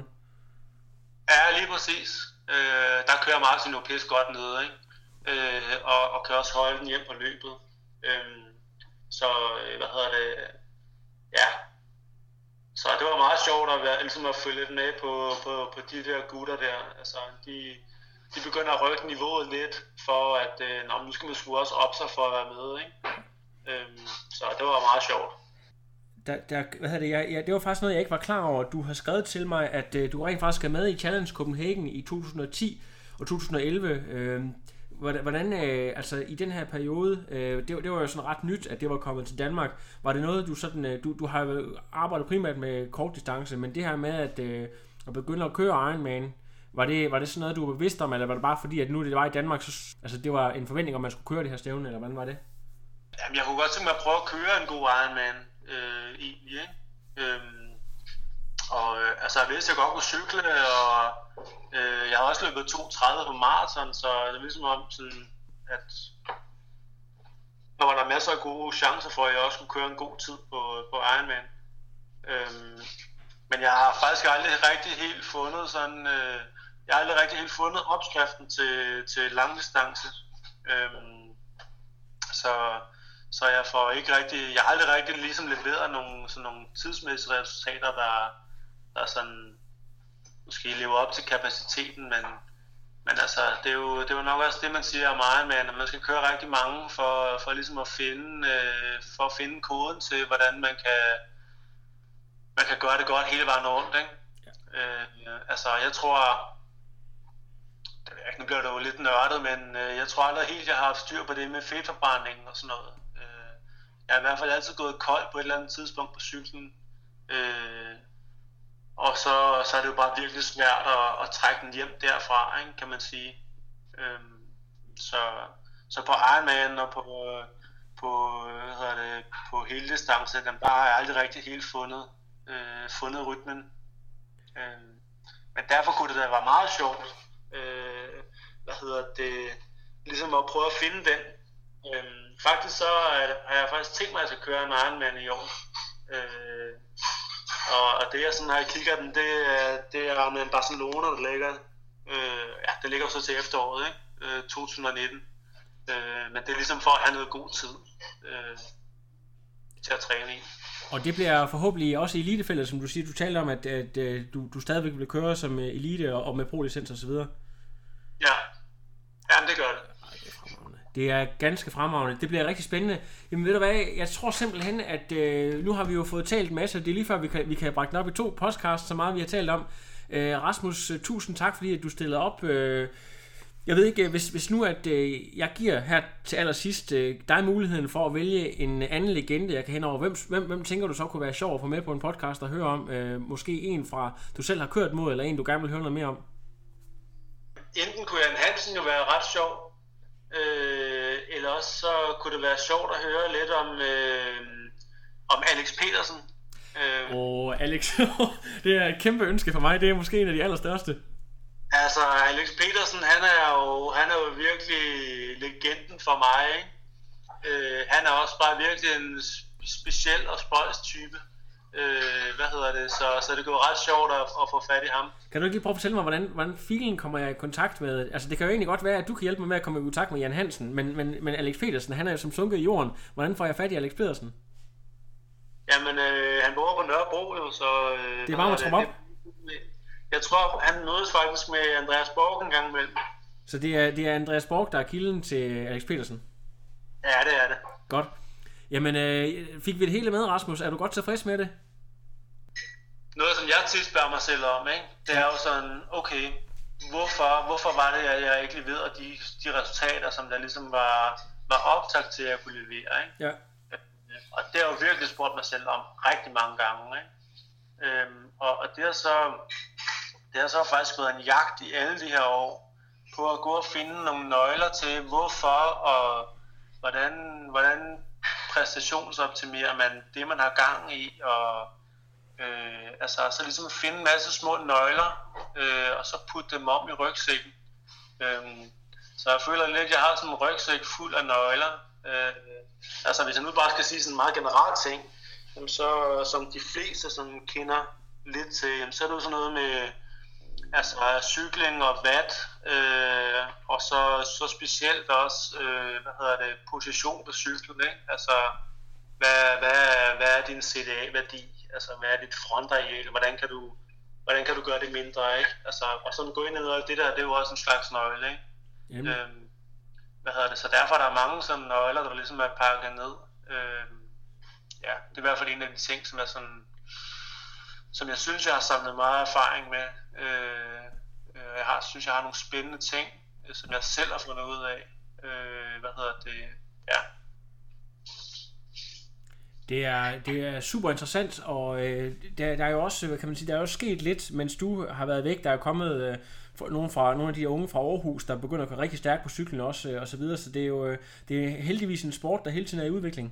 S7: Ja, lige præcis. Øh, der kører Martin jo pisse godt nede, ikke? Øh, og, og kan også holde den hjem på løbet. Øh, så, hvad hedder det, ja. Så det var meget sjovt at, være, ligesom at følge lidt med på, på, på de der gutter der. Altså, de, de begynder at rykke niveauet lidt, for at øh, nå, nu skal man sgu også op sig for at være med, ikke? Øh, så det var meget sjovt.
S6: Der, der, hvad hedder det, jeg, jeg, det var faktisk noget, jeg ikke var klar over. Du har skrevet til mig, at øh, du rent faktisk er med i Challenge Copenhagen i to tusind og ti og to tusind og elleve. Øh, hvordan, øh, altså i den her periode, øh, det, det var jo sådan ret nyt, at det var kommet til Danmark. Var det noget, du sådan, øh, du, du har jo arbejdet primært med kortdistance, men det her med at, øh, at begynde at køre Ironman, var det, var det sådan noget, du var bevidst om, eller var det bare fordi, at nu det var i Danmark, så altså, det var en forventning, om man skulle køre det her stævne, eller hvordan var det?
S7: Jamen, jeg kunne godt tænke mig at prøve at køre en god Ironman. Øh, egentlig, ikke? Øhm, og øh, altså jeg vidste, at jeg godt kunne cykle, og øh, jeg har også løbet to tredive på maraton, så det er ligesom om sådan, at der var der masser af gode chancer for, at jeg også kunne køre en god tid på, på Ironman. Øhm, men jeg har faktisk aldrig rigtig helt fundet sådan, øh, jeg har aldrig rigtig helt fundet opskriften til, til langdistance. Øhm, så Så jeg får ikke rigtig, jeg har aldrig rigtig ligesom leveret nogle, sådan nogle tidsmæssige resultater, der, der sådan måske lever op til kapaciteten, men, men altså, det er, jo, det er jo nok også det, man siger om Ironman, at man skal køre rigtig mange for, for ligesom at finde, øh, for at finde koden til, hvordan man kan, man kan gøre det godt hele vejen rundt, ikke? Ja. Øh, altså, jeg tror, nu bliver det jo lidt nørdet, men øh, jeg tror aldrig helt, jeg har haft styr på det med fedtforbrænding og sådan noget. Jeg har i hvert fald altid gået kold på et eller andet tidspunkt på cyklen, øh, og så, så er det jo bare virkelig svært at, at trække den hjem derfra, ikke, kan man sige. Øh, så, så på Ironman og på, på, hvad hedder det, på hele distance, den bare har jeg aldrig rigtig helt fundet, øh, fundet rytmen. Øh, men derfor kunne det da være meget sjovt, øh, hvad hedder det, ligesom at prøve at finde den. Øhm, faktisk så har jeg faktisk tænkt mig, at jeg skal køre en Ironman i år. Øh, og, og det jeg sådan har kigget den, det er, det er med Barcelona, der ligger. Øh, ja, det ligger så til efteråret, ikke? Øh, to tusind og nitten. Øh, men det er ligesom for at have noget god tid øh, til at træne i.
S6: Og det bliver forhåbentlig også i elitefeltet, som du siger. Du talte om, at, at, at du, du stadigvæk vil køre som elite og, og med pro-licens og så videre.
S7: Ja, jamen det gør det.
S6: Det er ganske fremragende. Det bliver rigtig spændende. Jamen ved du hvad, jeg tror simpelthen, at øh, nu har vi jo fået talt en masse. Det er lige før, vi kan, vi kan brække den op i to podcasts, så meget vi har talt om. Øh, Rasmus, tusind tak, fordi at du stillede op. Øh, jeg ved ikke, hvis, hvis nu at øh, jeg giver her til allersidst øh, dig muligheden for at vælge en anden legende, jeg kan hen over. Hvem, hvem, hvem tænker du så kunne være sjov at få med på en podcast og høre om? Øh, måske en fra, du selv har kørt mod, eller en, du gerne vil høre noget mere om?
S7: Enten kunne Jan Hansen jo være ret sjov, Øh, eller også så kunne det være sjovt at høre lidt om, øh, om Alex Petersen.
S6: Åh, øh, oh, Alex, det er et kæmpe ønske for mig. Det er måske en af de allerstørste.
S7: Altså, Alex Petersen, han er jo, han er jo virkelig legenden for mig, ikke? Øh, han er også bare virkelig en speciel og spøjs type. Øh, hvad hedder det, så, så det går ret sjovt at, at få fat i ham.
S6: Kan du ikke lige prøve at fortælle mig, hvordan, hvordan filen kommer jeg i kontakt med? Altså det kan jo egentlig godt være, at du kan hjælpe mig med at komme i kontakt med Jan Hansen, men, men, men Alex Petersen, han er jo som sunket i jorden. Hvordan får jeg fat i Alex Petersen?
S7: Jamen, øh, han bor på Nørrebro jo, så... Øh,
S6: det er bare at troppe op.
S7: Jeg tror, han mødes faktisk med Andreas Borg en gang imellem.
S6: Så det er, det er Andreas Borg, der er kilden til Alex Petersen?
S7: Ja, det er det.
S6: Godt. Jamen, øh, fik vi det hele med, Rasmus? Er du godt tilfreds med det?
S7: Noget, som jeg tit spørger mig selv om, ikke? Det er jo sådan, okay, hvorfor, hvorfor var det, at jeg ikke leverede de, de resultater, som der ligesom var, var optagt til at kunne levere, ikke?
S6: Ja.
S7: Og det har jo virkelig spurgt mig selv om rigtig mange gange, ikke? Øhm, og, og det har så det har så faktisk været en jagt i alle de her år på at gå og finde nogle nøgler til hvorfor og hvordan, hvordan præstationsoptimerer man det, man har gang i, og øh, altså så ligesom finde en masse små nøgler øh, og så putte dem om i rygsækken. Øhm, så jeg føler lidt, at jeg har sådan en rygsæk fuld af nøgler. Øh, altså hvis jeg nu bare skal sige sådan en meget generelt ting, jamen så som de fleste som kender lidt til, jamen, så er det jo sådan noget med altså cykling og watt, øh, og så, så specielt også, øh, hvad hedder det, position på cyklen, ikke? Altså, hvad, hvad, hvad er din C D A-værdi? Altså, hvad er dit frontareal? Hvordan kan du, hvordan kan du gøre det mindre, ikke? Altså, og sådan gå ind i noget af det der, det er jo også en slags nøgle, ikke? Øhm, hvad hedder det? Så derfor er der mange sådan nøgler, der ligesom er pakket ned. Øhm, ja, det er i hvert fald en af de ting, som er sådan, som jeg synes, jeg har samlet meget erfaring med. Øh, jeg har, synes, jeg har nogle spændende ting, som jeg selv har fundet ud af. Øh, hvad hedder det? Ja.
S6: Det er, det er super interessant, og øh, der, der er jo også, kan man sige, der er jo sket lidt, mens du har været væk. Der er kommet øh, for, nogle, fra, nogle af de unge fra Aarhus, der begynder at gå rigtig stærkt på cyklen også, øh, og så videre. Så det er jo øh, det er heldigvis en sport, der hele tiden er i udvikling.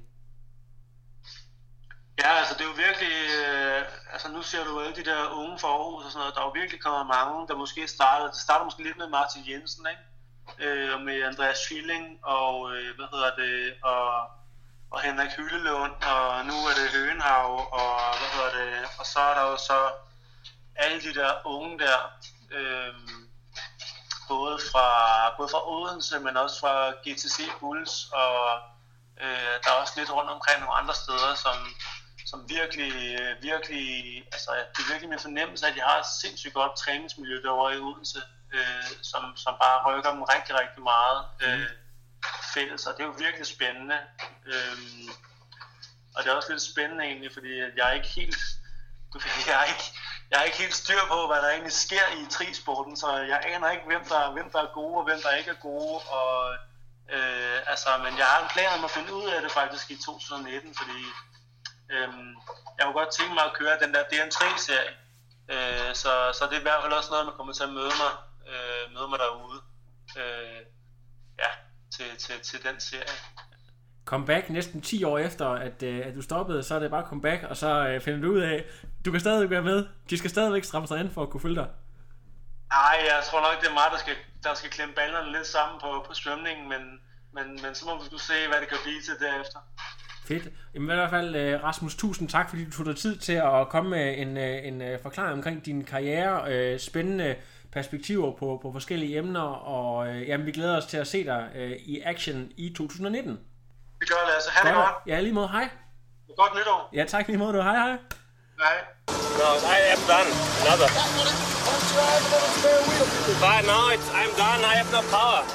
S7: Ja, altså det er jo virkelig, øh, altså nu ser du alle de der unge fra Aarhus og sådan noget, der er jo virkelig kommet mange, der måske starter, det starter måske lidt med Martin Jensen, ikke? Øh, og med Andreas Schilling og, øh, hvad hedder det, og, og Henrik Hyllelund, og nu er det Høgenhav, og hvad hedder det, og så er der jo så alle de der unge der, øh, både fra, både fra Odense, men også fra G T C Bulls, og øh, der er også lidt rundt omkring nogle andre steder, som som virkelig, virkelig, altså det er virkelig min fornemmelse, at jeg har et sindssygt godt træningsmiljø derovre i Odense, øh, som, som bare rykker dem rigtig, rigtig meget øh, fælles, og det er jo virkelig spændende. Øh, og det er også lidt spændende egentlig, fordi jeg er ikke helt, jeg er ikke, jeg er ikke helt styr på, hvad der egentlig sker i trisporten, så jeg aner ikke, hvem der, hvem der er gode og hvem der ikke er gode, og øh, altså, men jeg har en plan om at finde ud af det faktisk i to tusind nitten, fordi Øhm, jeg kunne godt tænke mig at køre den der D N tre-serie, øh, så, så det er i hvert fald også noget, man kommer til at møde mig, øh, møde mig derude, øh, ja, til, til, til den serie.
S6: Comeback næsten ti år efter, at, øh, at du stoppede, så er det bare comeback, og så øh, finder du ud af, du kan stadig være med, de skal stadigvæk stramme sig ind for at kunne følge dig.
S7: Nej, jeg tror nok, det er mig, der skal, der skal klemme ballerne lidt sammen på, på svømningen, men, men, men så må vi se, hvad det kan blive til derefter.
S6: Fedt. Jamen i hvert fald, Rasmus, tusind tak, fordi du tog dig tid til at komme med en, en forklaring omkring din karriere, spændende perspektiver på, på forskellige emner, og jamen, vi glæder os til at se dig i action i to tusind nitten.
S7: Vi gør det altså. Ha' det godt.
S6: Ja, lige måde. Hej.
S7: Godt nytår.
S6: Ja, tak lige måde du. Hej, hej.
S7: Hej.
S8: No, I am done. Another. But now it's, I'm done. I have no power.